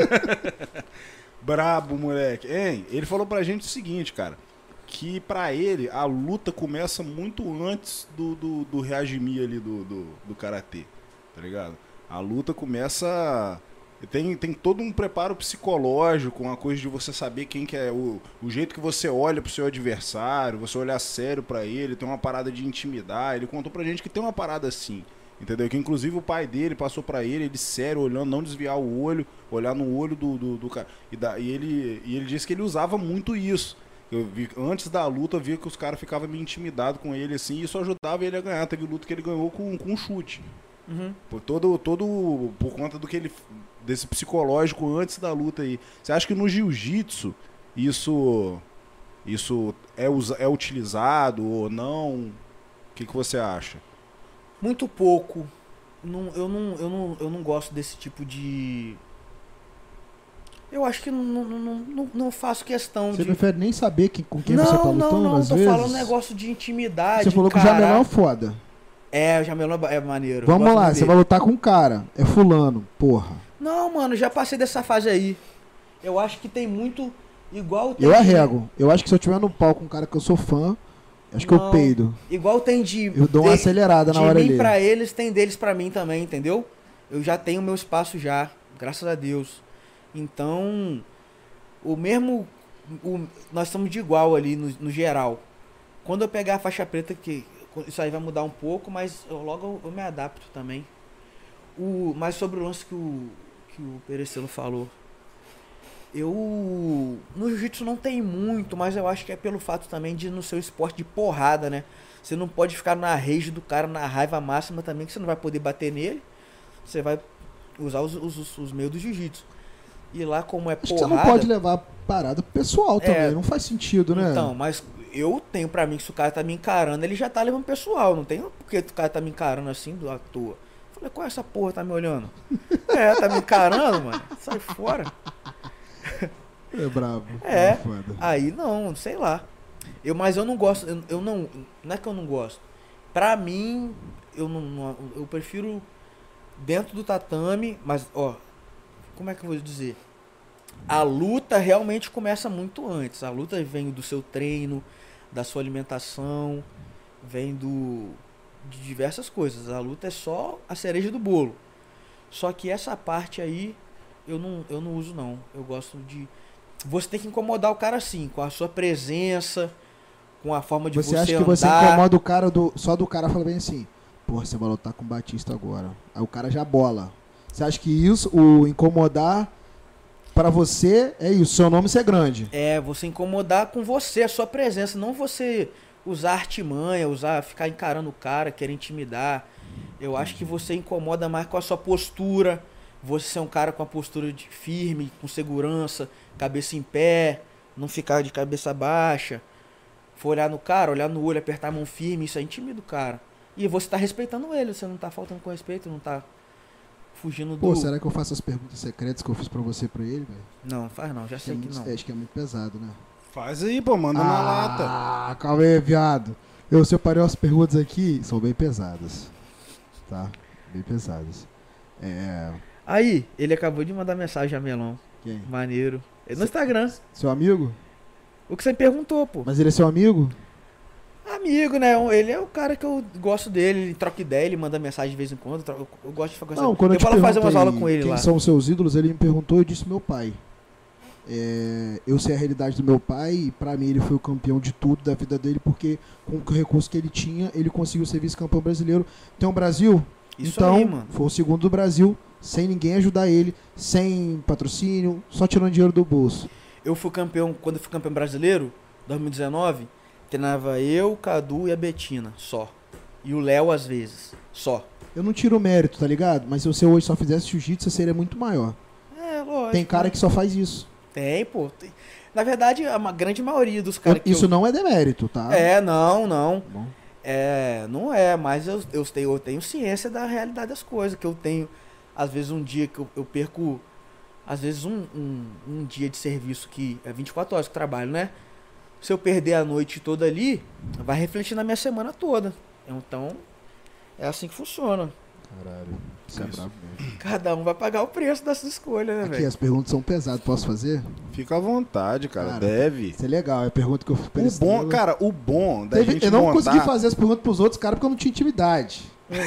Brabo, moleque. Hein? Ele falou pra gente o seguinte, cara. Que pra ele a luta começa muito antes do reagimir ali do karatê. Tá ligado? A luta começa. Tem todo um preparo psicológico, uma coisa de você saber quem que é o jeito que você olha pro seu adversário, você olhar sério pra ele, tem uma parada de intimidar. Ele contou pra gente que tem uma parada assim, Entendeu? Que inclusive o pai dele passou pra ele sério, olhando, não desviar o olho, olhar no olho do cara. E ele disse que ele usava muito isso. Eu vi, antes da luta, eu via que os caras ficavam meio intimidados com ele, assim, e isso ajudava ele a ganhar. Teve luta que ele ganhou com um chute. Uhum. Por conta desse psicológico antes da luta aí. Você acha que no jiu-jitsu isso é utilizado ou não? O que você acha? Muito pouco. Eu não gosto desse tipo de... Eu acho que não faço questão Você de... prefere nem saber com quem você tá lutando, às tô vezes? falando negócio de intimidade. Você falou que o Jamelão é foda. É, o Jamelão é maneiro. Vamos lá, você vai lutar com um cara. É fulano, porra. Não, mano, já passei dessa fase aí. Eu acho que tem muito... Igual tem Eu arrego. Eu acho que se eu tiver no palco com um cara que eu sou fã, acho que eu peido. Igual tem de... Eu dou uma acelerada na hora ali. De mim pra eles, tem deles pra mim também, entendeu? Eu já tenho meu espaço já, graças a Deus. Então, nós estamos de igual ali no geral. Quando eu pegar a faixa preta, que isso aí vai mudar um pouco, mas logo eu me adapto também. Mas sobre o lance que o Perecelo falou, no jiu-jitsu não tem muito, mas eu acho que é pelo fato também de no seu esporte de porrada, né? Você não pode ficar na rage do cara, na raiva máxima também, que você não vai poder bater nele. Você vai usar os meios do jiu-jitsu. E lá, como é Acho porrada... que você não pode levar a parada pro pessoal também, não faz sentido, né? Então, mas eu tenho pra mim que se o cara tá me encarando, ele já tá levando pessoal. Não tem porque o cara tá me encarando assim à toa. Falei, qual é essa porra, tá me olhando? Tá me encarando, mano. Sai fora. É brabo. É, foda. aí não, sei lá. Mas eu não gosto, não é que eu não gosto. Pra mim, eu prefiro dentro do tatame, mas, ó, como é que eu vou dizer? A luta realmente começa muito antes. A luta vem do seu treino, da sua alimentação, vem de diversas coisas. A luta é só a cereja do bolo. Só que essa parte aí eu não uso não. Eu gosto de... Você tem que incomodar o cara assim, com a sua presença, com a forma de você andar. Você acha que você incomoda o cara só do cara falar bem assim, porra, você vai lutar com o Batista agora. Aí o cara já bola. Você acha que isso, o incomodar pra você é isso, seu nome ser grande? É, você incomodar com você, a sua presença, não você usar artimanha, ficar encarando o cara, querer intimidar. Eu acho que você incomoda mais com a sua postura, você ser um cara com a postura firme, com segurança, cabeça em pé, não ficar de cabeça baixa. For olhar no cara, olhar no olho, apertar a mão firme, isso aí intimida o cara. E você tá respeitando ele, você não tá faltando com respeito, não tá fugindo do... Pô, será que eu faço as perguntas secretas que eu fiz pra você pra ele, velho? Não, faz não, já sei que não. Acho que é muito pesado, né? Faz aí, pô, manda na lata. Ah, calma aí, viado. Eu separei as perguntas aqui, são bem pesadas. Tá? Bem pesadas. Aí, ele acabou de mandar mensagem, Jamelão. Quem? Maneiro. No Instagram. Seu amigo? O que você perguntou, pô. Mas ele é seu amigo? Amigo, né? Ele é o cara que eu gosto dele, ele troca ideia, ele manda mensagem de vez em quando. Eu gosto de fazer. Não, quando eu vou lá fazer umas aulas com ele quem lá. Quem são os seus ídolos, ele me perguntou e eu disse meu pai. Eu sei a realidade do meu pai e pra mim ele foi o campeão de tudo da vida dele, porque com o recurso que ele tinha, ele conseguiu ser vice-campeão brasileiro. Então o Brasil, isso então, aí, mano. Foi o segundo do Brasil, sem ninguém ajudar ele, sem patrocínio, só tirando dinheiro do bolso. Quando eu fui campeão brasileiro, 2019, treinava eu, Cadu e a Betina, só. E o Léo às vezes, só. Eu não tiro o mérito, tá ligado? Mas se você hoje só fizesse jiu-jitsu, você seria muito maior. É, lógico. Tem cara que só faz isso. Tem, pô. Na verdade, a grande maioria dos caras que isso não é demérito, tá? Não. Bom. Não é, mas eu tenho ciência da realidade das coisas, que eu tenho, às vezes, um dia que eu perco, às vezes, um dia de serviço que é 24 horas que eu trabalho, né? Se eu perder a noite toda ali, vai refletir na minha semana toda. Então, é assim que funciona. Caralho, isso é brabo mesmo. Cada um vai pagar o preço dessas escolhas, né, velho? Aqui, as perguntas são pesadas, posso fazer? Fica à vontade, cara, deve. Isso é legal, é a pergunta que eu fiz pra o bom da gente eu não montar... consegui fazer as perguntas pros outros caras porque eu não tinha intimidade.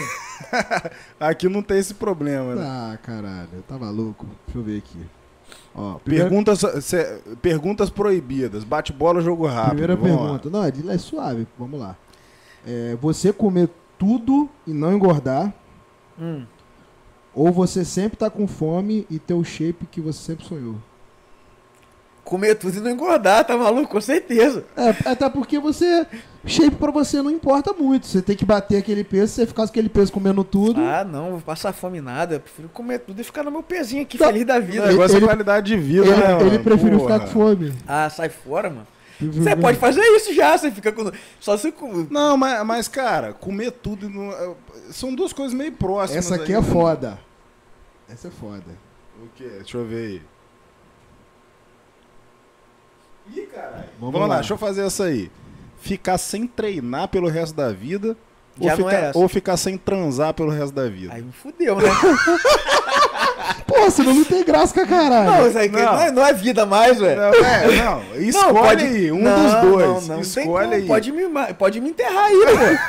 Aqui não tem esse problema, né? Ah, caralho, tá maluco? Deixa eu ver aqui. Ó, perguntas proibidas. Bate-bola, jogo rápido. Primeira pergunta. Não, é suave. Vamos lá. Você comer tudo e não engordar Ou você sempre tá com fome e ter o shape que você sempre sonhou? Comer tudo e não engordar, tá maluco? Com certeza. Até porque shape pra você não importa muito. Você tem que bater aquele peso, você ficar com aquele peso comendo tudo. Ah, não, vou passar fome nada. Eu prefiro comer tudo e ficar no meu pezinho aqui, Não. feliz da O vida. negócio é qualidade de vida, né, mano? Ele preferiu Porra. ficar com fome. Ah, sai fora, mano. Você pode fazer isso já, você fica com... Só se... Não, mas, cara, comer tudo não- são duas coisas meio próximas. Essa aqui aí, é né? foda. Essa é foda. O quê? Deixa eu ver aí. Ih, caralho. Vamos Vamos lá, lá. deixa eu fazer essa aí. Ficar sem treinar pelo resto da vida Já não é essa. ou ficar sem transar pelo resto da vida. Aí me fudeu, né? Pô, senão não tem graça com a caralho. Não, isso aí não é vida mais, velho. Não, escolhe pode- aí, um não, dos dois. Não, tem escolhe como. aí. Pode me enterrar aí,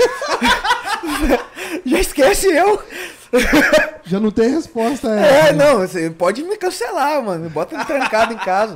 pô. Já esquece eu. Já não tem resposta. Não, você pode me cancelar, mano. Me bota trancado em casa.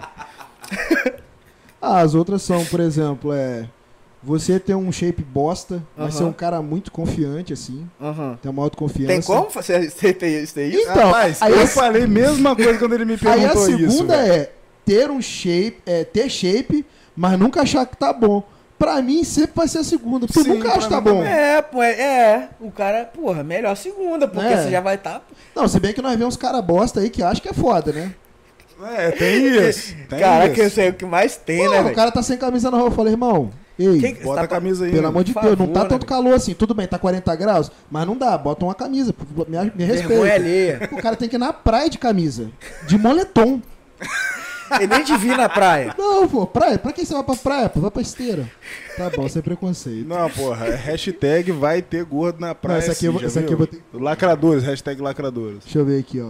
As outras são, por exemplo, você ter um shape bosta, mas Aham. ser um cara muito confiante, assim. Ter uma autoconfiança. Tem como você ter isso? Então, Rapaz, aí eu a- falei a mesma coisa quando ele me Aí a perguntou isso. segunda velho. ter um shape, ter shape, mas nunca achar que tá bom. Pra mim, sempre vai ser a segunda, porque Sim, eu nunca acho que pra tá mim bom. também. Pô, o cara, porra, melhor a segunda, porque É. você já vai estar... Não, se bem que nós vemos uns caras bosta aí que acham que é foda, né? Tem isso. Tem Caraca, isso. isso aí é o que mais tem, Pô, né, o velho? cara tá sem camisa na rua. Eu falei, irmão, ei, Quem- Bota tá a camisa aí. pelo né? amor de Por Deus, não favor, tá né, tanto calor assim. Tudo bem, tá 40 graus, mas não dá. Bota uma camisa, me Vergonha respeita. alheia. O cara tem que ir na praia de camisa, de moletom. Ele nem te vi na praia. Não, pô, praia? Pra que você vai pra praia? Pô, vai pra esteira. Tá bom, sem preconceito. Não, porra, hashtag vai ter gordo na praia. Não, essa aqui eu sim, vou- já essa aqui viu? eu vou ter- Lacradores, hashtag lacradores. Deixa eu ver aqui, ó.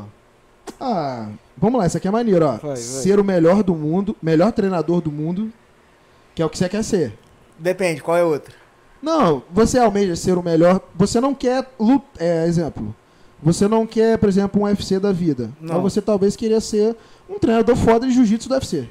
Vamos lá, isso aqui é maneiro, ó. Vai. Ser o melhor do mundo, melhor treinador do mundo, que é o que você quer ser. Depende, qual é outra? Não, você almeja ser o melhor. Você não quer exemplo. Você não quer, por exemplo, um UFC da vida. Não. Então você talvez queria ser um treinador foda de jiu-jitsu do UFC.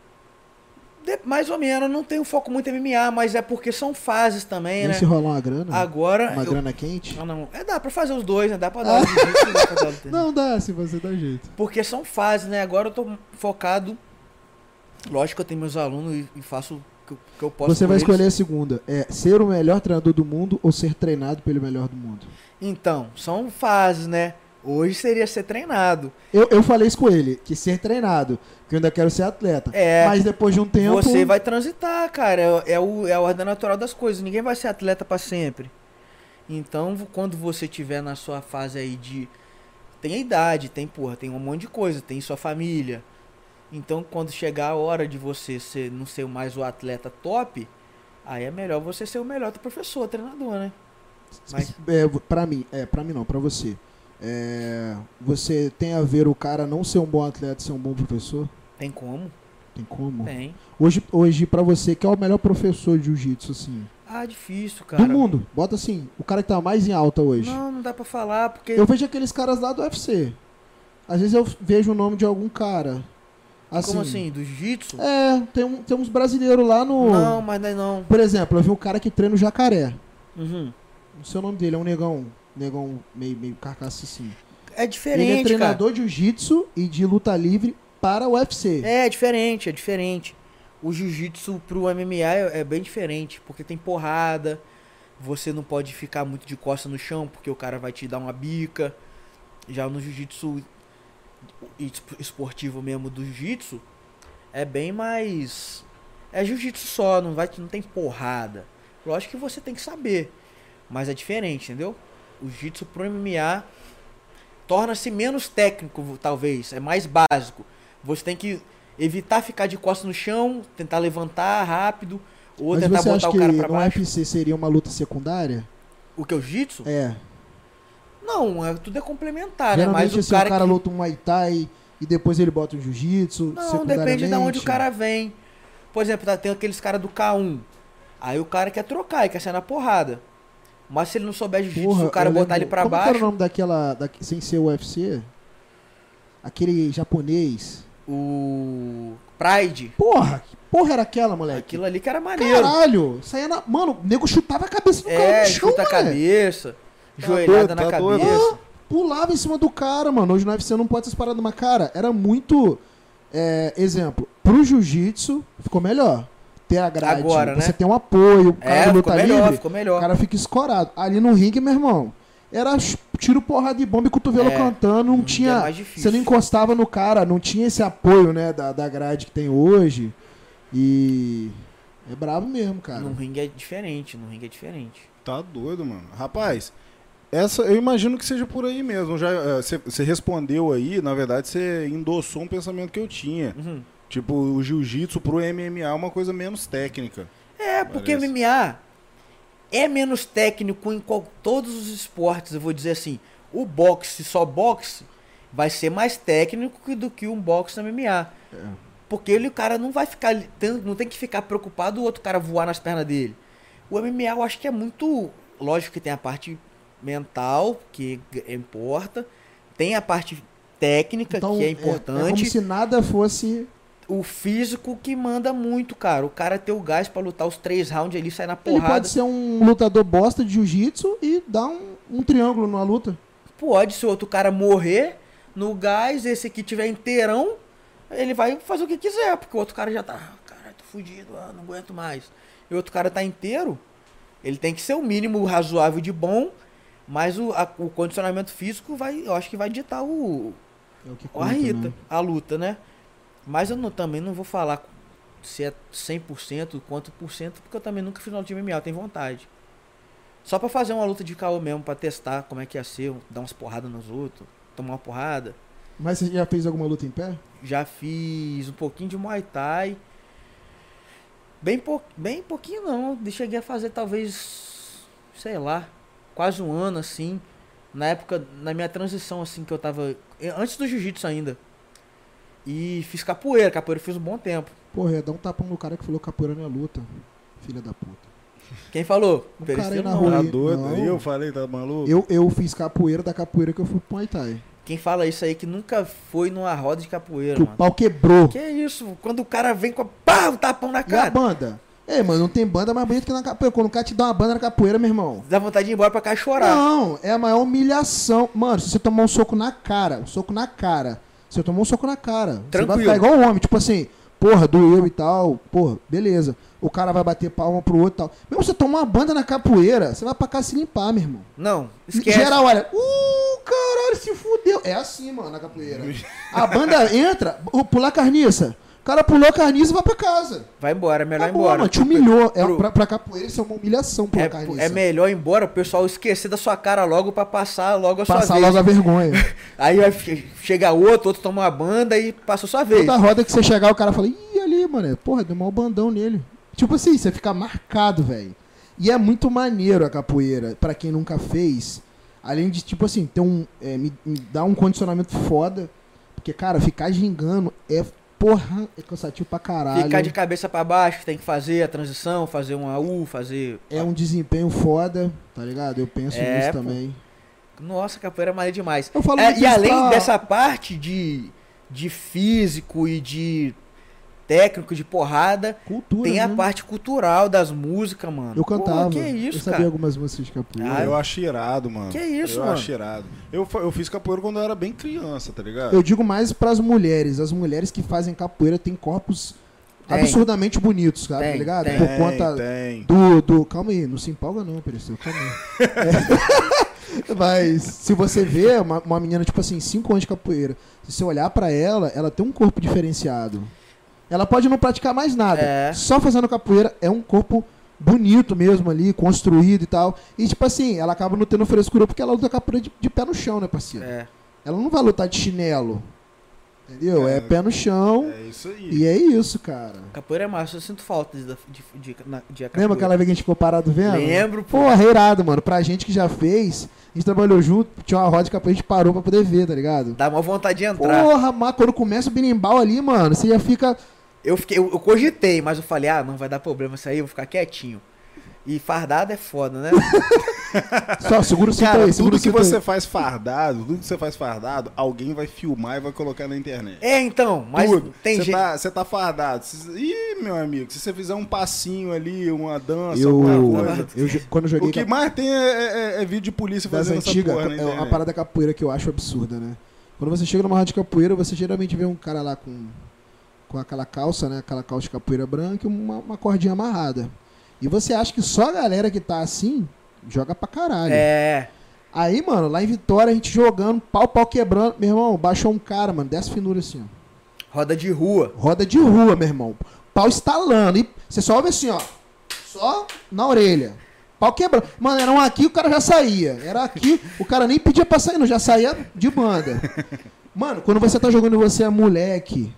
Mais ou menos, não tenho foco muito em MMA, mas é porque são fases também, Nem né? se rolar uma grana. Agora... Uma eu- grana quente. Não. Dá pra fazer os dois, né? Dá pra dar o jiu-jitsu, dá pra dar o tênis. Não dá, se você dá jeito. Porque são fases, né? Agora eu tô focado... Lógico que eu tenho meus alunos e faço o que eu posso Você com vai eles. escolher a segunda. É ser o melhor treinador do mundo ou ser treinado pelo melhor do mundo? Então, são fases, né? Hoje seria ser treinado. Eu falei isso com ele, que ser treinado, que eu ainda quero ser atleta. É. Mas depois de um tempo... Você vai transitar, cara. É a ordem natural das coisas. Ninguém vai ser atleta pra sempre. Então, quando você tiver na sua fase aí de... Tem a idade, tem um monte de coisa, tem sua família. Então, quando chegar a hora de você não ser mais o atleta top, aí é melhor você ser o melhor professor, treinador, né? Mas- Pra mim não, pra você. Você tem a ver o cara não ser um bom atleta e ser um bom professor? Tem como? Tem como? Tem. Hoje pra você, quem é o melhor professor de jiu-jitsu, assim? Ah, difícil, cara. Do mundo. Bota assim, o cara que tá mais em alta hoje. Não dá pra falar, porque... Eu vejo aqueles caras lá do UFC. Às vezes eu vejo o nome de algum cara. Assim, Como assim? Do jiu-jitsu? Tem uns brasileiros lá no... Não, mas não. Por exemplo, eu vi um cara que treina o Jacaré. Uhum. Não sei o nome dele, é um negão meio carcaça assim. É diferente, Ele é treinador cara. de jiu-jitsu e de luta livre para o UFC. É diferente. O jiu-jitsu pro MMA é bem diferente, porque tem porrada, você não pode ficar muito de costas no chão, porque o cara vai te dar uma bica. Já no jiu-jitsu esportivo mesmo do jiu-jitsu, é bem mais... É jiu-jitsu só, não tem porrada. Lógico que você tem que saber, mas é diferente, entendeu? O jiu-jitsu pro MMA torna-se menos técnico, talvez, é mais básico. Você tem que evitar ficar de costas no chão, tentar levantar rápido, ou Mas tentar você acha botar que o cara pra no baixo. UFC seria uma luta secundária? O que é o jiu-jitsu? É. Não, tudo é complementar, né? Geralmente Mas assim, o cara, que... luta um Muay Thai e depois ele bota um jiu-jitsu. Não, depende de onde o cara vem. Por exemplo, tem aqueles caras do K1. Aí o cara quer trocar, ele quer sair na porrada. Mas se ele não souber jiu-jitsu, se o cara botar ele pra Como que baixo... era o nome sem ser UFC? Aquele japonês. O Pride. Porra, que porra era aquela, moleque? Aquilo ali que era maneiro. Caralho, saía na... Mano, o nego chutava a cabeça do cara no chão, chuta a moleque. cabeça, joelhada doido, na tá doido. cabeça. pulava em cima do cara, mano. Hoje no UFC não pode essas paradas, mas, cara, era muito... exemplo, pro jiu-jitsu ficou melhor. Ter a grade, Agora, você né? tem um apoio, o cara luta livre, ficou melhor. o cara fica escorado. Ali no ringue, meu irmão, era tiro, porrada de bomba e cotovelo cantando, não tinha... mais difícil. Você não encostava no cara, não tinha esse apoio, né, da grade que tem hoje. E... é brabo mesmo, cara. No ringue é diferente, Tá doido, mano. Rapaz, essa eu imagino que seja por aí mesmo. Você respondeu aí, na verdade, você endossou um pensamento que eu tinha. Uhum. Tipo, o jiu-jitsu pro MMA é uma coisa menos técnica. Porque Parece. MMA é menos técnico em todos os esportes, eu vou dizer assim. O boxe, só boxe, vai ser mais técnico do que um boxe no MMA. Porque o cara não vai ficar, não tem que ficar preocupado o outro cara voar nas pernas dele. O MMA eu acho que é muito, lógico que tem a parte mental, que importa, tem a parte técnica, Então, que é é como importante, se nada fosse... o físico que manda muito, cara. O cara ter o gás pra lutar os 3 rounds ali, sair na Ele porrada. pode ser um lutador bosta de jiu-jitsu e dar um triângulo numa luta. Pode, se o outro cara morrer no gás, esse aqui tiver inteirão, ele vai fazer o que quiser, porque o outro cara já tá, caralho, tô fudido, não aguento mais. E o outro cara tá inteiro, ele tem que ser o mínimo razoável de bom, mas o condicionamento físico eu acho que vai ditar É o que conta, a luta, né? Mas eu também não vou falar se é 100%, quanto por cento, porque eu também nunca fiz uma luta de MMA, eu tenho vontade. Só pra fazer uma luta de KO mesmo, pra testar como é que ia ser, dar umas porradas nos outros, tomar uma porrada. Mas você já fez alguma luta em pé? Já fiz um pouquinho de Muay Thai. Bem pouquinho não. Cheguei a fazer talvez, sei lá, quase um ano assim. Na época, na minha transição assim, que eu tava... Antes do jiu-jitsu ainda. E fiz capoeira. Capoeira eu fiz um bom tempo. Porra, ia dar um tapão no cara que falou capoeira não é luta. Filha da puta. Quem falou? O cara aí Pereceu na não. rua. Tá Oi, doido? não. Eu falei, tá maluco? Eu fiz capoeira, da capoeira que eu fui pro Muay Thai. Quem fala isso aí que nunca foi numa roda de capoeira, Que o mano. pau quebrou. Que isso? Quando o cara vem com um tapão na E a cara. banda? Mano, não tem banda mais bonita que na capoeira. Quando o cara te dá uma banda na capoeira, meu irmão. Dá vontade de ir embora pra cá chorar. Não, é a maior humilhação. Mano, se você tomar um soco na cara, você tomou um soco na cara. Você vai Tranquilo. ficar igual um homem, tipo assim, porra, doeu e tal, porra, beleza. O cara vai bater palma pro outro e tal. Mesmo você tomar uma banda na capoeira, você vai pra casa se limpar, meu irmão. Não, esquece. Geral, olha, caralho, se fudeu. É assim, mano, na capoeira. A banda entra, pular carniça. O cara pulou a carniça e vai pra casa. Vai embora, é melhor ir Acabou, embora. mano, te humilhou. Pro- Pra capoeira isso é uma humilhação pular carniça. É melhor ir embora, o pessoal esquecer da sua cara logo pra passar logo a sua Passar vez. logo a vergonha. Aí vai chegar outro toma uma banda e passa a sua vez. Toda roda que você chegar, o cara fala, ih, ali, mano, porra, deu mal bandão nele. Tipo assim, você fica marcado, velho. E é muito maneiro a capoeira, pra quem nunca fez. Além de, tipo assim, ter me dar um condicionamento foda. Porque, cara, ficar gingando é cansativo pra caralho. Ficar de cabeça pra baixo, tem que fazer a transição, fazer um AU, fazer... É um desempenho foda, tá ligado? Eu penso nisso pô. também. Nossa, capoeira é maneiro demais. Eu falo muito E isso além pra- dessa parte de físico e de técnico, de porrada, Cultura, tem a né? parte cultural das músicas, mano. Eu cantava. Pô, que isso, eu sabia cara. algumas músicas de capoeira. Ah, Eu acho irado, mano. Que isso, eu mano? acho irado. Eu fiz capoeira quando eu era bem criança, tá ligado? Eu digo mais pras mulheres. As mulheres que fazem capoeira têm corpos Tem. absurdamente bonitos, cara, Tem, tá ligado? tem. Por conta tem. Calma aí, não se empolga não, Pereceu, calma aí. Mas se você vê uma menina, tipo assim, 5 anos de capoeira, se você olhar pra ela, ela tem um corpo diferenciado. Ela pode não praticar mais nada. É. Só fazendo capoeira é um corpo bonito mesmo ali, construído e tal. E tipo assim, ela acaba não tendo frescura porque ela luta capoeira de pé no chão, né, parceiro? É. Ela não vai lutar de chinelo. Entendeu? É pé no chão. É isso aí. E é isso, cara. Capoeira é massa, eu sinto falta de capoeira. Lembra aquela vez que a gente ficou parado vendo? Lembro, pô. Pô, reirado, mano. Pra gente que já fez, a gente trabalhou junto, tinha uma roda de capoeira, a gente parou pra poder ver, tá ligado? Dá uma vontade de entrar. Porra, mas quando começa o berimbau ali, mano, você já fica... Eu cogitei, mas eu falei, não vai dar problema isso aí, eu vou ficar quietinho. E fardado é foda, né? Só, segura o cinto Cara, aí, segura tudo o que cinto aí. você faz fardado, alguém vai filmar e vai colocar na internet. É, então, mas Tudo. tem Você gente... Você tá fardado. Ih, meu amigo, se você fizer um passinho ali, uma dança, alguma coisa. Quando eu joguei O que mais tem é vídeo de polícia das fazendo essa antigas, porra na é internet. uma parada capoeira que eu acho absurda, né? Quando você chega numa roda de capoeira, você geralmente vê um cara lá com aquela calça, né? Aquela calça de capoeira branca e uma cordinha amarrada. E você acha que só a galera que tá assim joga pra caralho. É. Aí, mano, lá em Vitória, a gente jogando, pau quebrando. Meu irmão, baixou um cara, mano, 10 finuras assim, ó. Roda de rua. Roda de rua, meu irmão. Pau estalando. E você só ouve assim, ó. Só na orelha. Pau quebrando. Mano, era um aqui, o cara já saía. Era aqui, o cara nem pedia pra sair, não. Já saía de banda. Mano, quando você tá jogando e você é moleque,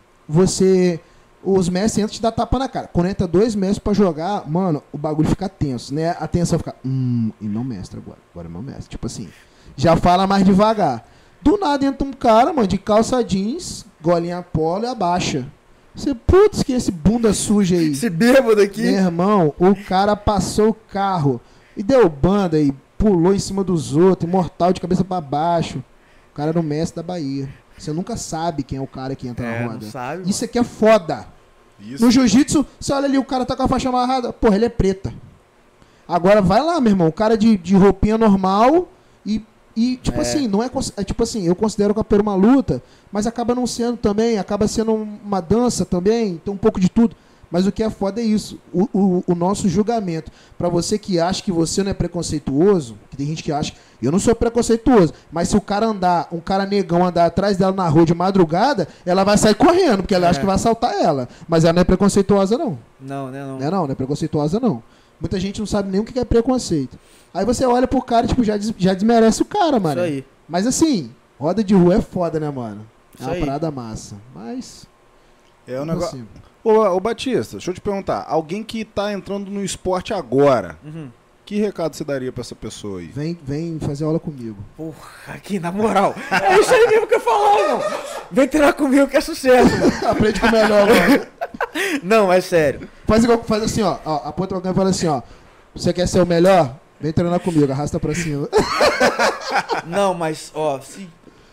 os mestres entram e te dá tapa na cara. Quando entra 2 mestres pra jogar, mano, o bagulho fica tenso, né? A tensão fica, e meu mestre agora. Agora é meu mestre. Tipo assim, já fala mais devagar. Do nada entra um cara, mano, de calça jeans, golinha polo e abaixa. Você, putz, que esse bunda suja aí. Esse bêbado aqui. Meu irmão, o cara passou o carro e deu banda e pulou em cima dos outros, mortal de cabeça pra baixo. O cara era o mestre da Bahia. Você nunca sabe quem é o cara que entra na roda. Não sabe, Isso aqui é foda. Isso. No jiu-jitsu, você olha ali, o cara tá com a faixa amarrada. Porra, ele é preta. Agora vai lá, meu irmão. O cara de roupinha normal e tipo assim, não é, tipo assim, eu considero o capoeira uma luta, mas acaba não sendo também, acaba sendo uma dança também, tem um pouco de tudo. Mas o que é foda é isso, o nosso julgamento. Pra você que acha que você não é preconceituoso, que tem gente que acha, eu não sou preconceituoso, mas se o cara um cara negão andar atrás dela na rua de madrugada, ela vai sair correndo, porque ela acha que vai assaltar ela. Mas ela não é preconceituosa, não. Não, né? Não. Não é preconceituosa, não. Muita gente não sabe nem o que é preconceito. Aí você olha pro cara, tipo, já desmerece o cara, mano. Isso aí. Mas assim, roda de rua é foda, né, mano? É Isso uma aí. parada massa. Mas. É um tipo negócio. assim, Ô, Batista, deixa eu te perguntar. Alguém que tá entrando no esporte agora, que recado você daria pra essa pessoa aí? vem fazer aula comigo. Porra, aqui, na moral. É isso aí mesmo que eu falo, irmão. Vem treinar comigo que é sucesso, mano. Aprende com o melhor, mano. Não, é sério. Faz assim, ó. Aponta alguém e fala assim, ó. Você quer ser o melhor? Vem treinar comigo, arrasta pra cima. Não, mas, ó, se...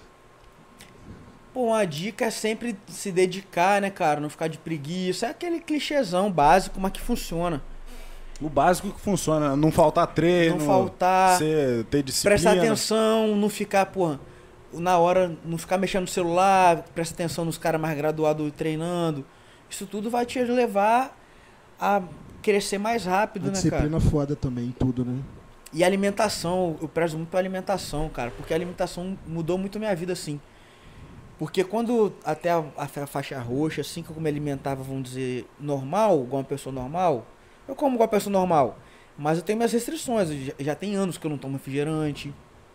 Pô, uma dica é sempre se dedicar, né, cara? Não ficar de preguiça. É aquele clichêzão básico, mas que funciona. O básico que funciona, não faltar treino, Não faltar, você ter disciplina. prestar atenção, não ficar, pô, na hora, não ficar mexendo no celular, presta atenção nos caras mais graduados treinando. Isso tudo vai te levar a crescer mais rápido, Uma né, cara? disciplina foda também em tudo, né? E alimentação, eu prezo muito pela alimentação, cara, porque a alimentação mudou muito a minha vida, assim. Porque quando até a faixa roxa, assim que eu me alimentava, vamos dizer, normal, igual uma pessoa normal, eu como igual uma pessoa normal, mas eu tenho minhas restrições, já tem anos que eu não tomo refrigerante,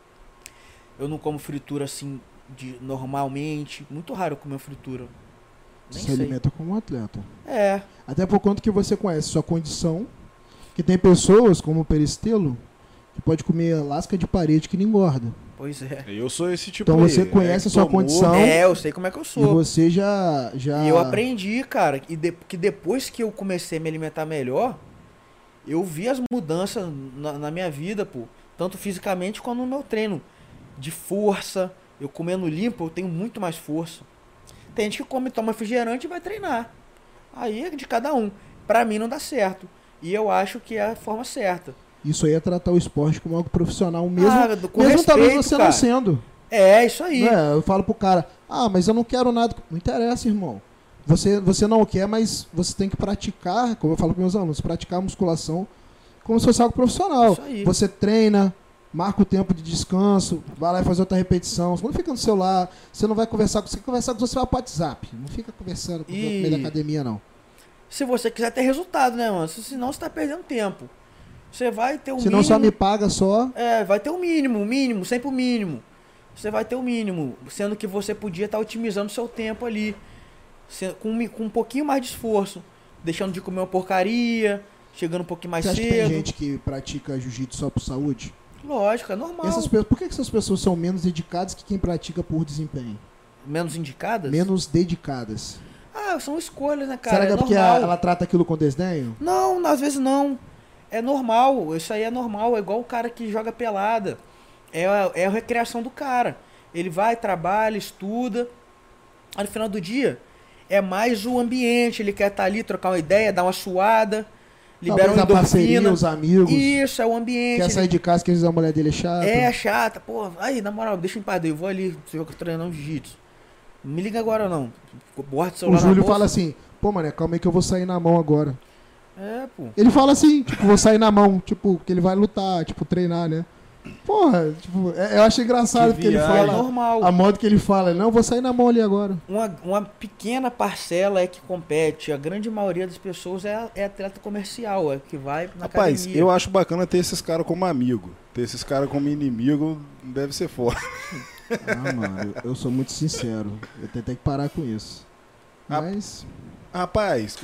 eu não como fritura assim, normalmente, muito raro eu comer fritura. Nem Se sei. alimenta como um atleta. É, Até por conta que você conhece sua condição, que tem pessoas como o Peristelo que pode comer lasca de parede que não engorda. pois é. Eu sou esse tipo Então aí, você conhece a sua ectomorfo. condição. É, eu sei como é que eu E sou. você já E eu aprendi, cara, que depois que eu comecei a me alimentar melhor, eu vi as mudanças na minha vida, pô. Tanto fisicamente quanto no meu treino. De força, eu comendo limpo, eu tenho muito mais força. Tem gente que come, toma refrigerante e vai treinar. Aí é de cada um. Pra mim não dá certo. E eu acho que é a forma certa. Isso aí é tratar o esporte como algo profissional mesmo, Com mesmo respeito, talvez você cara. não sendo. É, isso aí. Não é? Eu falo pro cara, mas eu não quero nada. Não interessa, irmão. Você não quer, mas você tem que praticar, como eu falo para meus alunos, praticar a musculação como se fosse algo profissional. Isso aí. Você treina, marca o tempo de descanso, vai lá e faz outra repetição. Você não fica no celular, você não vai conversar com você, você vai pro WhatsApp. Não fica conversando com o meio da academia, não. Se você quiser ter resultado, né, mano? Senão você tá perdendo tempo. Você vai ter o Senão mínimo. só me paga só. É, vai ter o mínimo, sempre o mínimo. Você vai ter o mínimo, sendo que você podia estar otimizando o seu tempo ali, com um pouquinho mais de esforço, deixando de comer uma porcaria, chegando um pouquinho mais Você acha que cedo. tem gente que pratica jiu-jitsu só por saúde? Lógico, é normal. Por que essas pessoas são menos dedicadas que quem pratica por desempenho? Menos indicadas? Menos dedicadas. Ah, são escolhas, né, cara? Será que é porque normal. ela trata aquilo com desdenho? Não, às vezes não. É normal, isso aí é normal, é igual o cara que joga pelada. É a recreação do cara. Ele vai, trabalha, estuda. Aí no final do dia, é mais o ambiente. Ele quer estar ali, trocar uma ideia, dar uma suada, libera uma Talvez a parceria, endorfina. os amigos. Isso, é o ambiente. Quer sair de casa, que às vezes a mulher dele é chata. É chata, pô. Aí, na moral, deixa em paz, eu vou ali, você vai treinar um jiu-jitsu. Não me liga agora não. Bota o celular O Júlio na bolsa. fala assim, pô, mané, calma aí que eu vou sair na mão agora. É, pô. Ele fala assim, tipo, vou sair na mão, tipo, que ele vai lutar, tipo, treinar, né? Porra, tipo, eu acho engraçado Que porque ele viagem. É fala, normal. a modo que ele fala, não, vou sair na mão ali agora. Uma pequena parcela é que compete. A grande maioria das pessoas é atleta comercial, é que vai na Rapaz, academia. eu acho bacana ter esses caras como amigo. Ter esses caras como inimigo deve ser foda. Ah, mano, eu sou muito sincero, eu tentei que parar com isso. Mas, Rapaz,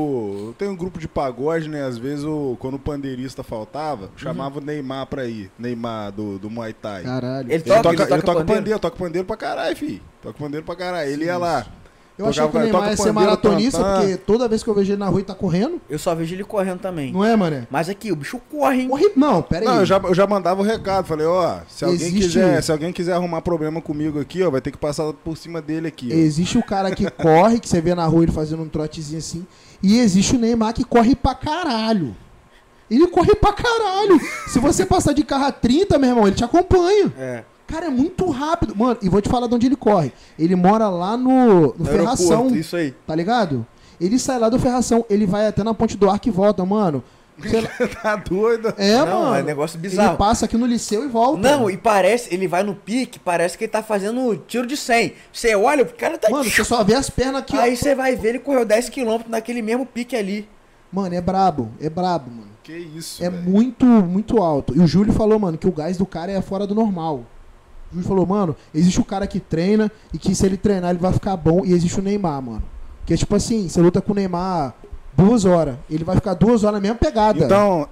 tem um grupo de pagode, né? Às vezes, quando o pandeirista faltava, chamava o Neymar pra ir. Neymar do Muay Thai. caralho. Ele Ele toca pandeiro, toca pandeiro pra caralho, filho. Toca pandeiro pra caralho. Ele ia lá. Eu achei que o Tocava- Neymar toca ia ser pandeiro, maratonista, tantã. porque toda vez que eu vejo ele na rua ele tá correndo. Eu só vejo ele correndo também. Não é, mané? Mas aqui, o bicho corre, hein? Corre, não, pera aí. Não, eu já mandava o recado. Falei, ó, se Existe- alguém quiser arrumar problema comigo aqui, ó, vai ter que passar por cima dele aqui. Ó. Existe o cara que corre, que você vê na rua ele fazendo um trotezinho assim. E existe o Neymar que corre pra caralho. Ele corre pra caralho. Se você passar de carro a 30, meu irmão, ele te acompanha. É. Cara, é muito rápido. Mano, e vou te falar de onde ele corre. Ele mora lá no Ferração, aeroporto, isso aí. tá ligado? Ele sai lá do Ferração, ele vai até na Ponte do Arco e volta, mano. Sei lá- Tá doido? É, Não, mano. é negócio Ele bizarro. passa aqui no Liceu e volta. Não, e parece, ele vai no pique, parece que ele tá fazendo tiro de 100. Você olha, o cara tá... Mano, você só vê as pernas aqui, Aí ó. você vai ver, ele correu 10 km naquele mesmo pique ali. Mano, é brabo, mano. Que isso, É velho. muito, muito alto. E o Júlio falou, mano, que o gás do cara é fora do normal. O Júlio falou, mano, existe o cara que treina e que se ele treinar ele vai ficar bom. E existe o Neymar, mano. Que é tipo assim, você luta com o Neymar 2 horas, ele vai ficar 2 horas na mesma pegada. Então,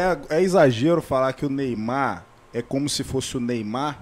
é exagero falar que o Neymar é como se fosse o Neymar?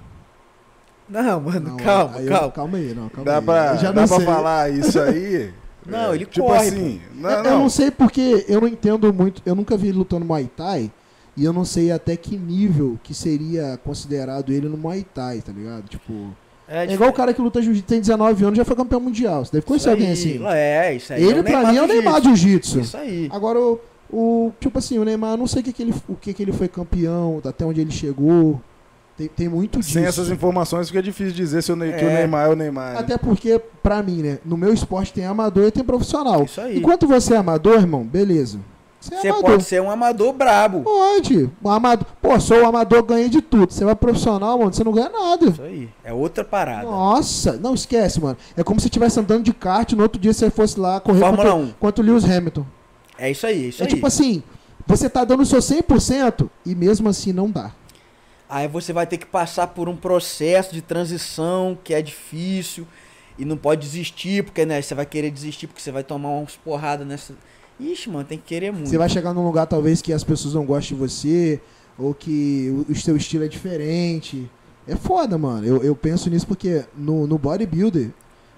Não, mano, Não, calma, aí eu- calma. calma aí, não, calma Dá aí. pra, Eu já dá não pra sei. falar isso aí? Não, ele tipo corre, assim, Eu não sei porque eu não entendo muito. Eu nunca vi ele lutando Muay Thai. E eu não sei até que nível que seria considerado ele no Muay Thai, tá ligado? Tipo. É igual o cara que luta jiu-jitsu, tem 19 anos, já foi campeão mundial. Você deve conhecer alguém assim. Isso aí. Ele, pra mim, é o Neymar de jiu-jitsu. Isso aí. Agora, tipo assim, o Neymar, eu não sei o que ele foi campeão, até onde ele chegou. Tem muito disso. Sem essas informações fica difícil dizer se que o É. Neymar é o Neymar. né? Até porque, pra mim, né, no meu esporte tem amador e tem profissional. Isso aí. Enquanto você é amador, irmão, beleza. Você é Você amador. pode ser um amador brabo. Pode. O amador, pô, sou o amador, ganhei de tudo. Você vai profissional, mano, você não ganha nada. Isso aí. É outra parada. Nossa, não esquece, mano. É como se você estivesse andando de kart, no outro dia você fosse lá correr Fórmula contra, 1. contra o Lewis Hamilton. É isso aí, isso É aí. tipo assim, você tá dando o seu 100% e mesmo assim não dá. Aí você vai ter que passar por um processo de transição que é difícil e não pode desistir, porque né, você vai querer desistir porque você vai tomar umas porradas nessa. Ixi, mano, tem que querer muito. Você vai chegar num lugar talvez que as pessoas não gostem de você, ou que o seu estilo é diferente. É foda, mano. Eu penso nisso porque no bodybuilder,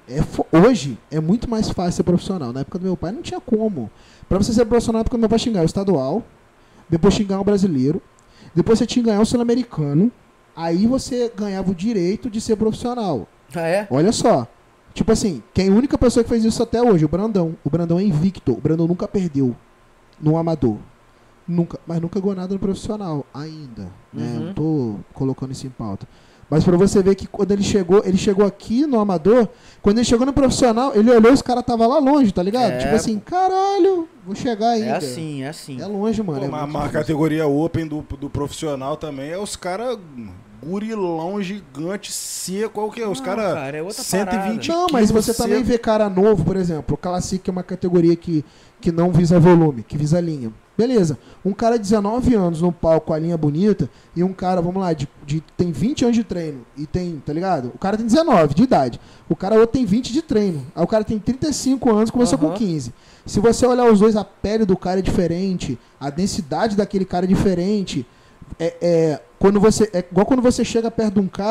hoje é muito mais fácil ser profissional. Na época do meu pai não tinha como. Pra você ser profissional, na época do meu pai tinha que ganhar o estadual, depois tinha que ganhar o brasileiro, depois você tinha que ganhar o sul-americano, aí você ganhava o direito de ser profissional. Ah, é? Olha só. Tipo assim, quem é a única pessoa que fez isso até hoje? O Brandão. O Brandão é invicto. O Brandão nunca perdeu no amador. Nunca, mas nunca ganhou nada no profissional. Ainda. Né? Uhum. Não tô colocando isso em pauta. Mas pra você ver que quando ele chegou aqui no amador, quando ele chegou no profissional, ele olhou e os caras estavam lá longe, tá ligado? É, Tipo assim, caralho, vou chegar ainda. É assim, é assim. É longe, mano. Pô, é mas muito a difícil. categoria Open do profissional também é os caras gurilão gigante seco. Qual que é? Os Não, caras cara, é outra 120 Não, mas quilos você também seco. vê cara novo, por exemplo. O Classic é uma categoria que não visa volume, que visa linha. Beleza. Um cara de 19 anos no palco com a linha bonita e um cara, vamos lá, tem 20 anos de treino e tem, tá ligado? O cara tem 19 de idade. O cara outro tem 20 de treino. Aí o cara tem 35 anos, começou com 15. Se você olhar os dois, a pele do cara é diferente, a densidade daquele cara é diferente. É igual quando você chega perto de um cara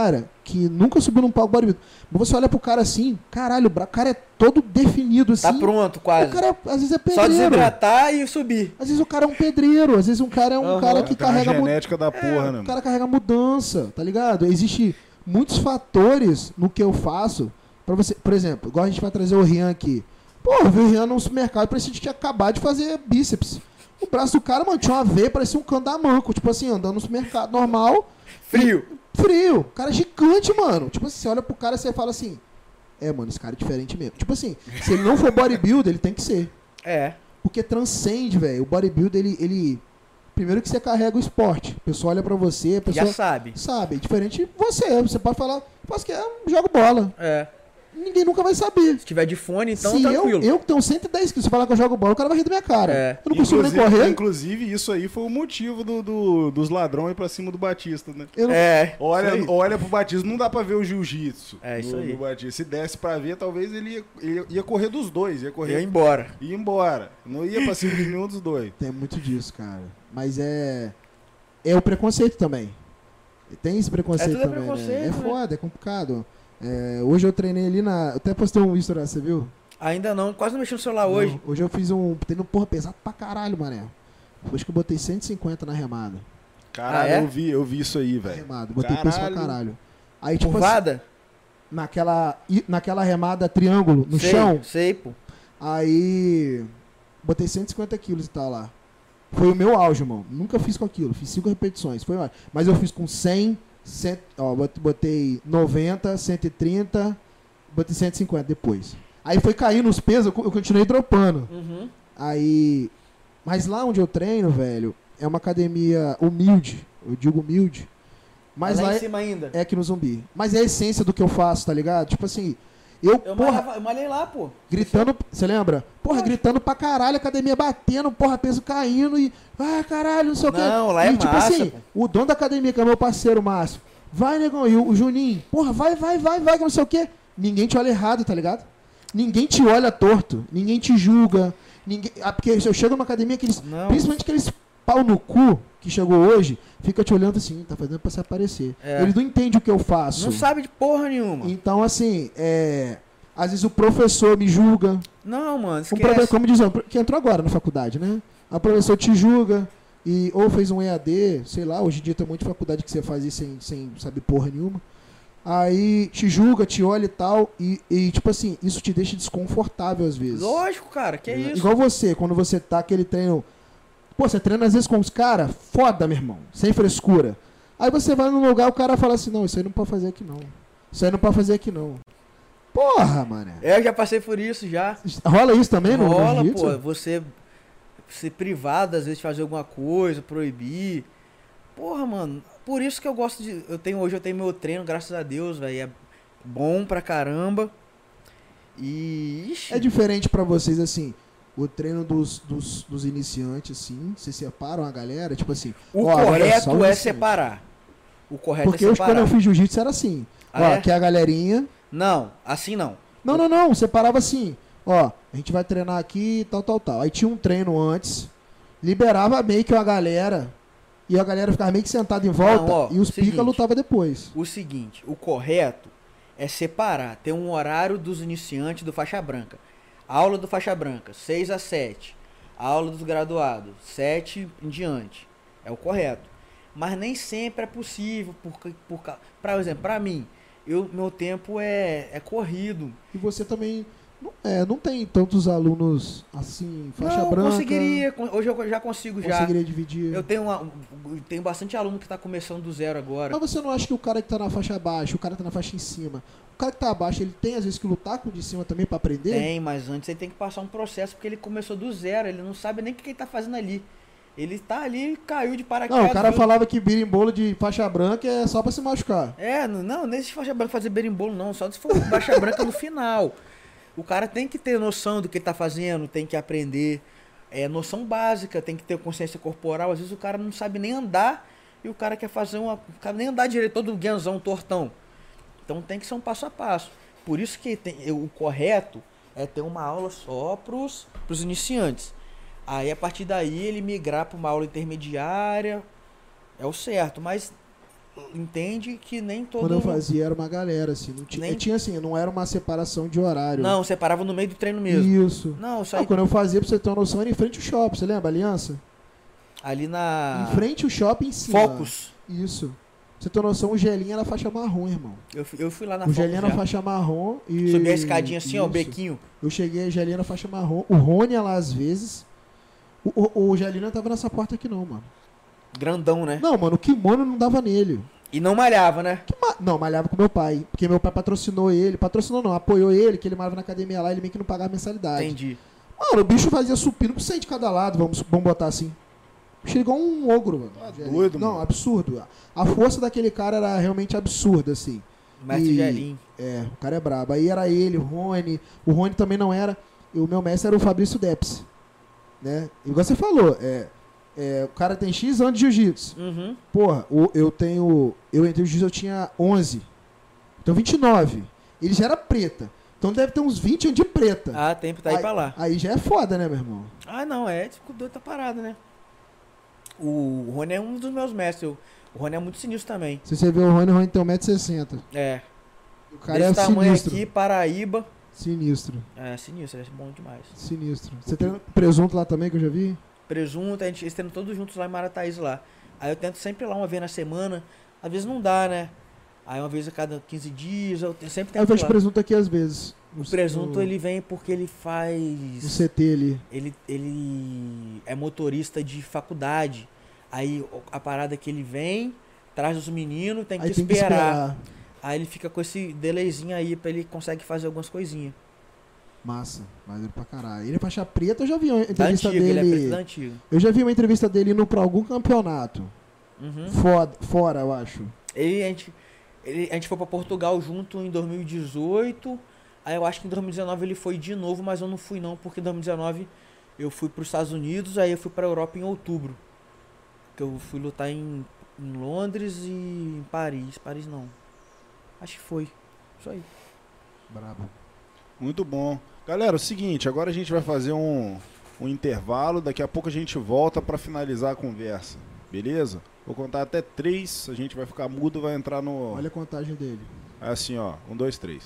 que nunca subiu num palco bodybuilder. Mas você olha pro cara assim, caralho, o cara é todo definido assim. Tá pronto, quase. O cara, às vezes, é pedreiro. Só desidratar e subir. Às vezes o cara é um pedreiro, às vezes um cara é um cara que Tem uma carrega... genética da porra, né? O cara carrega mudança, tá ligado? Existe muitos fatores no que eu faço pra você... Por exemplo, igual a gente vai trazer o Rian aqui. Pô, eu vi o Rian no supermercado e parecia que tinha acabado de fazer bíceps. O braço do cara, mano, tinha uma veia, parecia um candamanco. Tipo assim, andando no supermercado normal. Frio. Frio. O cara é gigante, mano. Tipo assim, você olha pro cara e você fala assim... mano, esse cara é diferente mesmo. Tipo assim, se ele não for bodybuilder, ele tem que ser. É. Porque transcende, velho. O bodybuilder, ele... Primeiro que você carrega o esporte. A pessoa olha pra você, a pessoa... Já sabe. Sabe. Diferente de você. Você pode falar, posso que jogo bola. É. Ninguém nunca vai saber. Se tiver de fone, então Se tranquilo. eu que tenho 110 quilos, se eu falar que eu jogo bola, o cara vai rir da minha cara. É. Eu não consigo nem correr. Inclusive, isso aí foi o motivo dos ladrões pra cima do Batista, né? Eu não... Olha pro Batista, não dá pra ver o jiu-jitsu. É isso aí. No Batista. Se desse pra ver, talvez ele ia correr dos dois. Ia Ia embora. Ia embora. Não ia pra cima de nenhum dos dois. Tem muito disso, cara. Mas é o preconceito também. Tem esse preconceito também, preconceito, né? É né? foda, é complicado. Hoje eu treinei ali na... Eu até postei um history, você viu? Ainda não, quase não mexi no celular hoje. Não, hoje eu fiz treino, porra, pesado pra caralho, mané. Acho que eu botei 150 na remada. Caralho, eu vi isso aí, velho. Remada, botei peso pra caralho. Aí, tipo Curvada? assim, naquela remada triângulo no sei, chão. Sei, pô. Aí botei 150 quilos e tal lá. Foi o meu auge, irmão. Nunca fiz com aquilo. Fiz 5 repetições. Foi mais. Mas eu fiz com 100, botei 90, 130, botei 150 depois. Aí foi caindo os pesos, eu continuei dropando. Uhum. Aí... Mas lá onde eu treino, velho, é uma academia humilde. Eu digo humilde. Mas lá lá em cima ainda. é aqui no Zumbi. Mas é a essência do que eu faço, tá ligado? Tipo assim... Eu malhei lá, pô. Gritando, você lembra? Porra, gritando pra caralho, academia batendo, porra, peso caindo e... Ah, caralho, não sei o que. Não, lá é e, tipo massa, assim, pô. o dono da academia, que é meu parceiro, Márcio, vai, negão, e o Juninho, porra, vai, que não sei o que. Ninguém te olha errado, tá ligado? Ninguém te olha torto, ninguém te julga, ninguém... porque eu chego numa academia que eles... Não. Principalmente aqueles pau no cu que chegou hoje, fica te olhando assim, tá fazendo pra se aparecer. É. Eles não entendem o que eu faço. Não sabe de porra nenhuma. Então, assim, às vezes o professor me julga. Não, mano, Um problema, esquece. como diz, que entrou agora na faculdade, né? O professor te julga, ou fez um EAD, sei lá, hoje em dia tem um monte de faculdade que você faz isso sem saber porra nenhuma. Aí te julga, te olha e tal, e tipo assim, isso te deixa desconfortável às vezes. Lógico, cara, que é isso. Igual você, quando você tá aquele treino... Pô, você treina às vezes com os caras, foda, meu irmão, sem frescura. Aí você vai num lugar, o cara fala assim, não, isso aí não pode fazer aqui não. Isso aí não pode fazer aqui não. Porra, mané. Eu já passei por isso já. Rola isso também no Rola, jiu-jitsu? pô, você ser privado às vezes de fazer alguma coisa, proibir. Porra, mano, por isso que eu gosto de... Hoje eu tenho meu treino, graças a Deus, velho, é bom pra caramba. E... Ixi, É diferente pra vocês, assim, o treino dos iniciantes, assim, vocês separam a galera, tipo assim... o ó, agora correto só o é iniciante. separar. O correto Porque é quando separar. eu fiz jiu-jitsu era assim, Ah, ó, é? aqui é a galerinha... Não, assim não. Não, separava assim, ó, a gente vai treinar aqui, tal. Aí tinha um treino antes, liberava meio que uma galera, e a galera ficava meio que sentada em volta, Não, ó, e os seguinte. pica lutavam depois. O seguinte, o correto é separar, ter um horário dos iniciantes do faixa branca. Aula do faixa branca, 6 a 7. Aula dos graduados, 7 em diante. É o correto. Mas nem sempre é possível, por exemplo, pra mim, meu tempo é corrido. E você também não tem tantos alunos assim, faixa Não, branca. conseguiria, hoje eu já consigo já. Conseguiria dividir. Eu tenho bastante aluno que tá começando do zero agora. Mas você não acha que o cara que tá na faixa abaixo, o cara que tá na faixa em cima, o cara que tá abaixo, ele tem às vezes que lutar com o de cima também pra aprender? Tem, mas antes ele tem que passar um processo, porque ele começou do zero, ele não sabe nem o que ele tá fazendo ali. Ele tá ali e caiu de paraquedas. Não, o cara viu? falava que birimbolo de faixa branca é só pra se machucar. Não existe faixa branca fazer berimbolo não, só se for faixa branca no final. O cara tem que ter noção do que ele tá fazendo, tem que aprender, noção básica, tem que ter consciência corporal. Às vezes o cara não sabe nem andar e o cara quer fazer o cara nem andar direito, todo guenzão, tortão. Então tem que ser um passo a passo. Por isso que o correto é ter uma aula só pros iniciantes. Aí a partir daí ele migrar para uma aula intermediária, é o certo, mas entende que nem todo Quando eu fazia era uma galera, assim. Não tinha, Nem- tinha assim, não era uma separação de horário. Não, separava no meio do treino mesmo. Isso. Não, isso Não, aí quando eu fazia, pra você ter uma noção, era em frente ao shopping. Você lembra, Aliança? ali na Em frente ao shopping, em cima. Focus. Isso. Pra você ter uma noção, o gelinho era faixa marrom, irmão. Eu fui lá na O Focus gelinho era já. faixa marrom e... Subi a escadinha assim, ó, o Isso. bequinho. Eu cheguei, a gelinho era faixa marrom. O Rony ia lá às vezes. O gelinho não tava nessa porta aqui não, mano. Grandão, né? Não, mano, o kimono não dava nele. E não malhava, né? Não, malhava com meu pai. Porque meu pai patrocinou ele. Patrocinou não, apoiou ele, que ele malhava na academia lá, ele meio que não pagava mensalidade. Entendi. Mano, o bicho fazia supino com 100 de cada lado, vamos botar assim. O bicho igual um ogro, mano. Tá doido, Não, mano. absurdo. A força daquele cara era realmente absurda, assim. Mestre E- Gelinho. É, o cara é brabo. Aí era ele, o Rony. O Rony também não era. E o meu mestre era o Fabrício Depes. Né? Igual você falou, o cara tem X anos de jiu-jitsu. Uhum. Porra, eu entrei no jiu-jitsu, eu tinha 11. Então 29. Ele já era preta. Então deve ter uns 20 anos de preta. Ah, tempo tá aí pra lá. Aí já é foda, né, meu irmão? Ah, não, tipo, doido tá parado, né? O Rony é um dos meus mestres. O Rony é muito sinistro também. Se você vê o Rony tem 1,60m. É. O cara Desse é tamanho sinistro. aqui, Paraíba. Sinistro. É, sinistro, é bom demais. Sinistro. Você tem presunto lá também, que eu já vi? Presunto, eles treinam todos juntos lá em Marataízes lá. Aí eu tento sempre ir lá uma vez na semana. Às vezes não dá, né? Aí uma vez a cada 15 dias, eu sempre Eu tento ir vejo lá. presunto aqui às vezes. O presunto, ele vem porque ele No faz... CT ali. Ele é motorista de faculdade. Aí a parada é que ele vem, traz os meninos, tem que Aí tem esperar. que esperar. Aí ele fica com esse delayzinho aí pra ele consegue fazer algumas coisinhas. Massa. Maneiro pra caralho. Ele é faixa preta, eu já vi uma Da entrevista antiga, ele é preto dele. da antiga. Eu já vi uma entrevista dele indo pra algum campeonato. Uhum. Fora, eu acho. A gente foi pra Portugal junto em 2018. Aí eu acho que em 2019 ele foi de novo, mas eu não fui não, porque em 2019 eu fui pros Estados Unidos, aí eu fui pra Europa em outubro. Que eu fui lutar em Londres e em Paris. Paris não. Acho que foi. Isso aí. Brabo. Muito bom. Galera, é o seguinte, agora a gente vai fazer um intervalo, daqui a pouco a gente volta pra finalizar a conversa, beleza? Vou contar até 3, a gente vai ficar mudo, vai entrar no... Olha a contagem dele. É assim, ó, 1, 2, 3.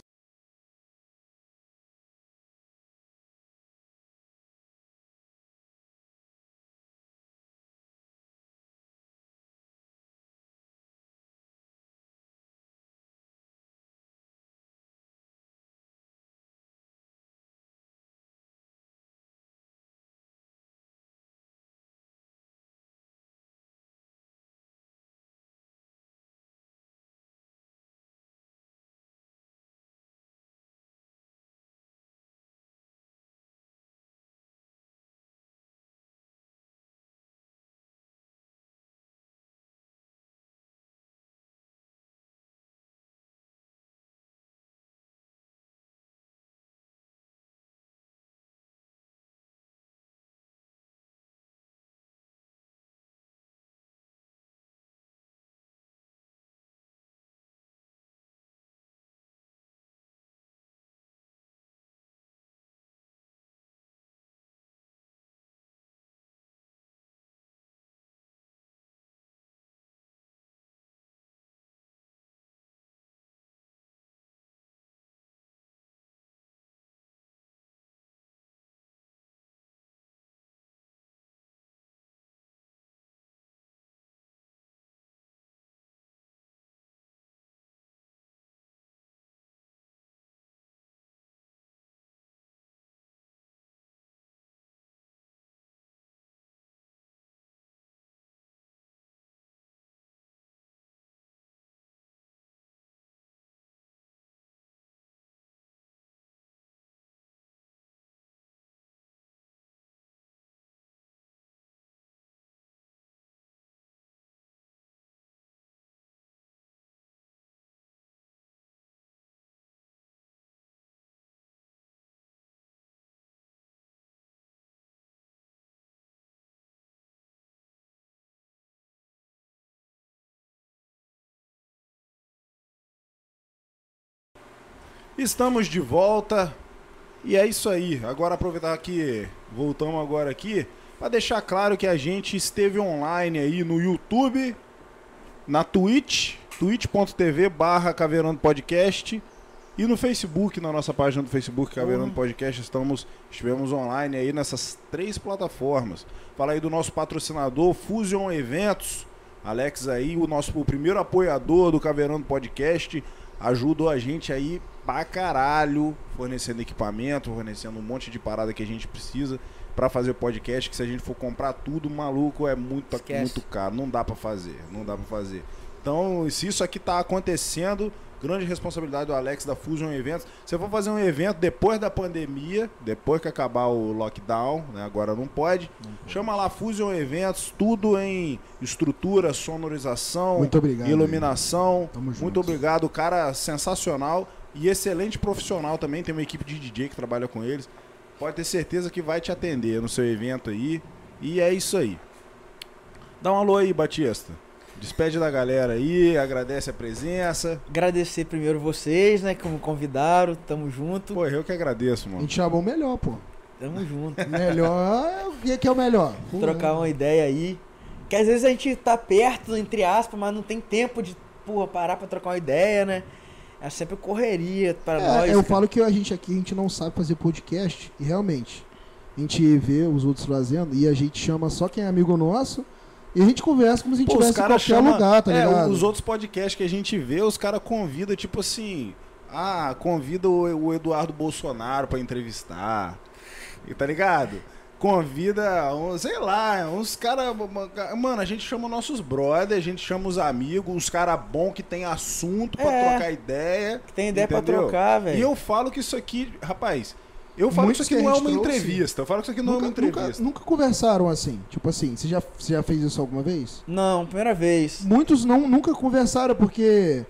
Estamos de volta e é isso aí. Agora aproveitar que voltamos agora aqui para deixar claro que a gente esteve online aí no YouTube, na Twitch twitch.tv/Caveirando Podcast. E no Facebook, na nossa página do Facebook, Caveirando Podcast, estivemos online aí nessas 3 plataformas. Fala aí do nosso patrocinador, Fusion Eventos. Alex aí, o primeiro apoiador do Caveirando Podcast, ajudou a gente aí pra caralho, fornecendo equipamento, fornecendo um monte de parada que a gente precisa pra fazer o podcast, que se a gente for comprar tudo, maluco, é muito caro, não dá pra fazer. Então, se isso aqui tá acontecendo, grande responsabilidade do Alex da Fusion Eventos. Se eu for fazer um evento depois da pandemia, depois que acabar o lockdown, né, agora não pode, chama lá Fusion Eventos, tudo em estrutura, sonorização, muito obrigado, iluminação. Tamo junto. Muito obrigado, o cara sensacional e excelente profissional também, tem uma equipe de DJ que trabalha com eles. Pode ter certeza que vai te atender no seu evento aí. E é isso aí. Dá um alô aí, Batista. Despede da galera aí, agradece a presença. Agradecer primeiro vocês, né, que me convidaram, tamo junto. Pô, eu que agradeço, A mano. gente chamou o melhor, pô. Tamo junto. Melhor, o que é o melhor? Trocar uma ideia aí. Que às vezes a gente tá perto, entre aspas, mas não tem tempo de, porra, parar pra trocar uma ideia, né? É sempre correria pra nós. Eu cara. falo que a gente aqui, a gente não sabe fazer podcast, e realmente, a gente vê os outros fazendo, e a gente chama só quem é amigo nosso, e a gente conversa como se a gente estivesse em qualquer lugar, tá ligado? Os outros podcasts que a gente vê, os caras convidam, tipo assim, convida o Eduardo Bolsonaro pra entrevistar, e tá ligado? Convida, sei lá, uns caras... Mano, a gente chama nossos brothers, a gente chama os amigos, uns caras bons que tem assunto pra trocar ideia. Que tem ideia entendeu? pra trocar, velho. E eu falo que isso aqui, rapaz... Eu falo Muitos que isso aqui que a não é gente uma trouxe, entrevista. Eu falo que isso aqui não é uma entrevista. Nunca conversaram assim. Tipo assim, você já fez isso alguma vez? Não, primeira vez. Muitos nunca conversaram porque...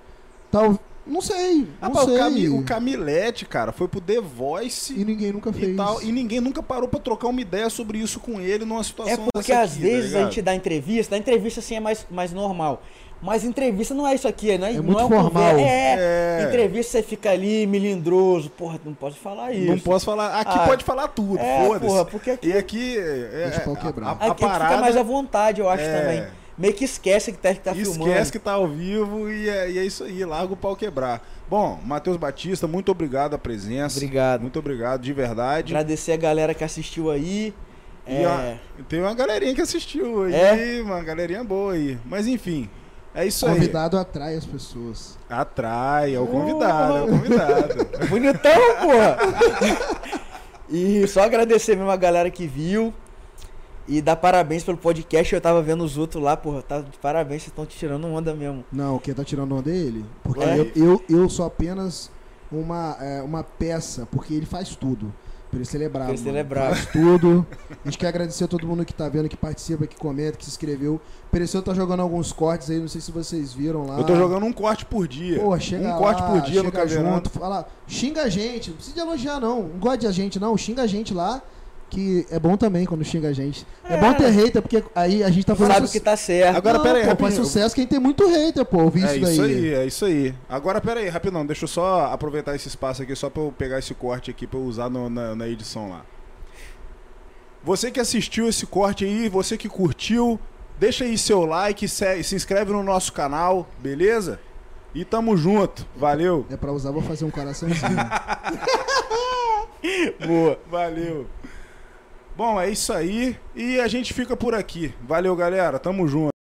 Não sei, não sei. O Camilete, cara, foi pro The Voice E ninguém nunca fez. e tal. E ninguém nunca parou pra trocar uma ideia sobre isso com ele numa situação É porque dessa às aqui, vezes tá a gente dá entrevista assim é mais normal. Mas entrevista não é isso aqui, não é, É não muito é um formal. Entrevista você fica ali melindroso, porra, não pode falar isso. Não posso falar. Aqui pode falar tudo, foda-se. Porra, porque aqui, E aqui Deixa o pau quebrar. a aqui parada fica mais à vontade, eu acho também. é, Meio que esquece que tá filmando. esquece que tá ao vivo e é isso aí, larga o pau quebrar. Bom, Matheus Batista, muito obrigado a presença. Obrigado. Muito obrigado, de verdade. Agradecer a galera que assistiu aí. E tem uma galerinha que assistiu aí, uma galerinha boa aí. Mas enfim, é isso aí. Convidado atrai as pessoas. Atrai, é o convidado, é o convidado. Bonitão, porra! E só agradecer mesmo a galera que viu. E dar parabéns pelo podcast. Eu tava vendo os outros lá, porra. Tá de parabéns, vocês estão te tirando onda mesmo. Não, quem tá tirando onda é ele. Porque É. eu sou apenas uma peça, porque ele faz tudo. Por isso ele é brabo. Por isso ele mano. é brabo. Faz tudo. A gente quer agradecer a todo mundo que tá vendo, que participa, que comenta, que se inscreveu. Pereceu tá jogando alguns cortes aí, não sei se vocês viram lá. Eu tô jogando um corte por dia. Pô, chega um lá, corte por dia no chega Caveirando. junto, fala, xinga a gente, não precisa de elogiar não gosta de a gente não, xinga a gente lá, que é bom também quando xinga a gente. É bom ter hater, porque aí a gente tá fazendo Sabe que tá certo. Agora, não, pera aí, pô, faz rapidinho. sucesso quem tem muito hater, pô, ouvir É isso daí. isso aí, é isso aí. Agora, pera aí, rapidão, deixa eu só aproveitar esse espaço aqui, só pra eu pegar esse corte aqui pra eu usar na edição lá. Você que assistiu esse corte aí, você que curtiu, deixa aí seu like, se inscreve no nosso canal, beleza? E tamo junto, valeu. É pra usar, vou fazer um coraçãozinho. Boa, valeu. Bom, é isso aí e a gente fica por aqui. Valeu, galera, tamo junto.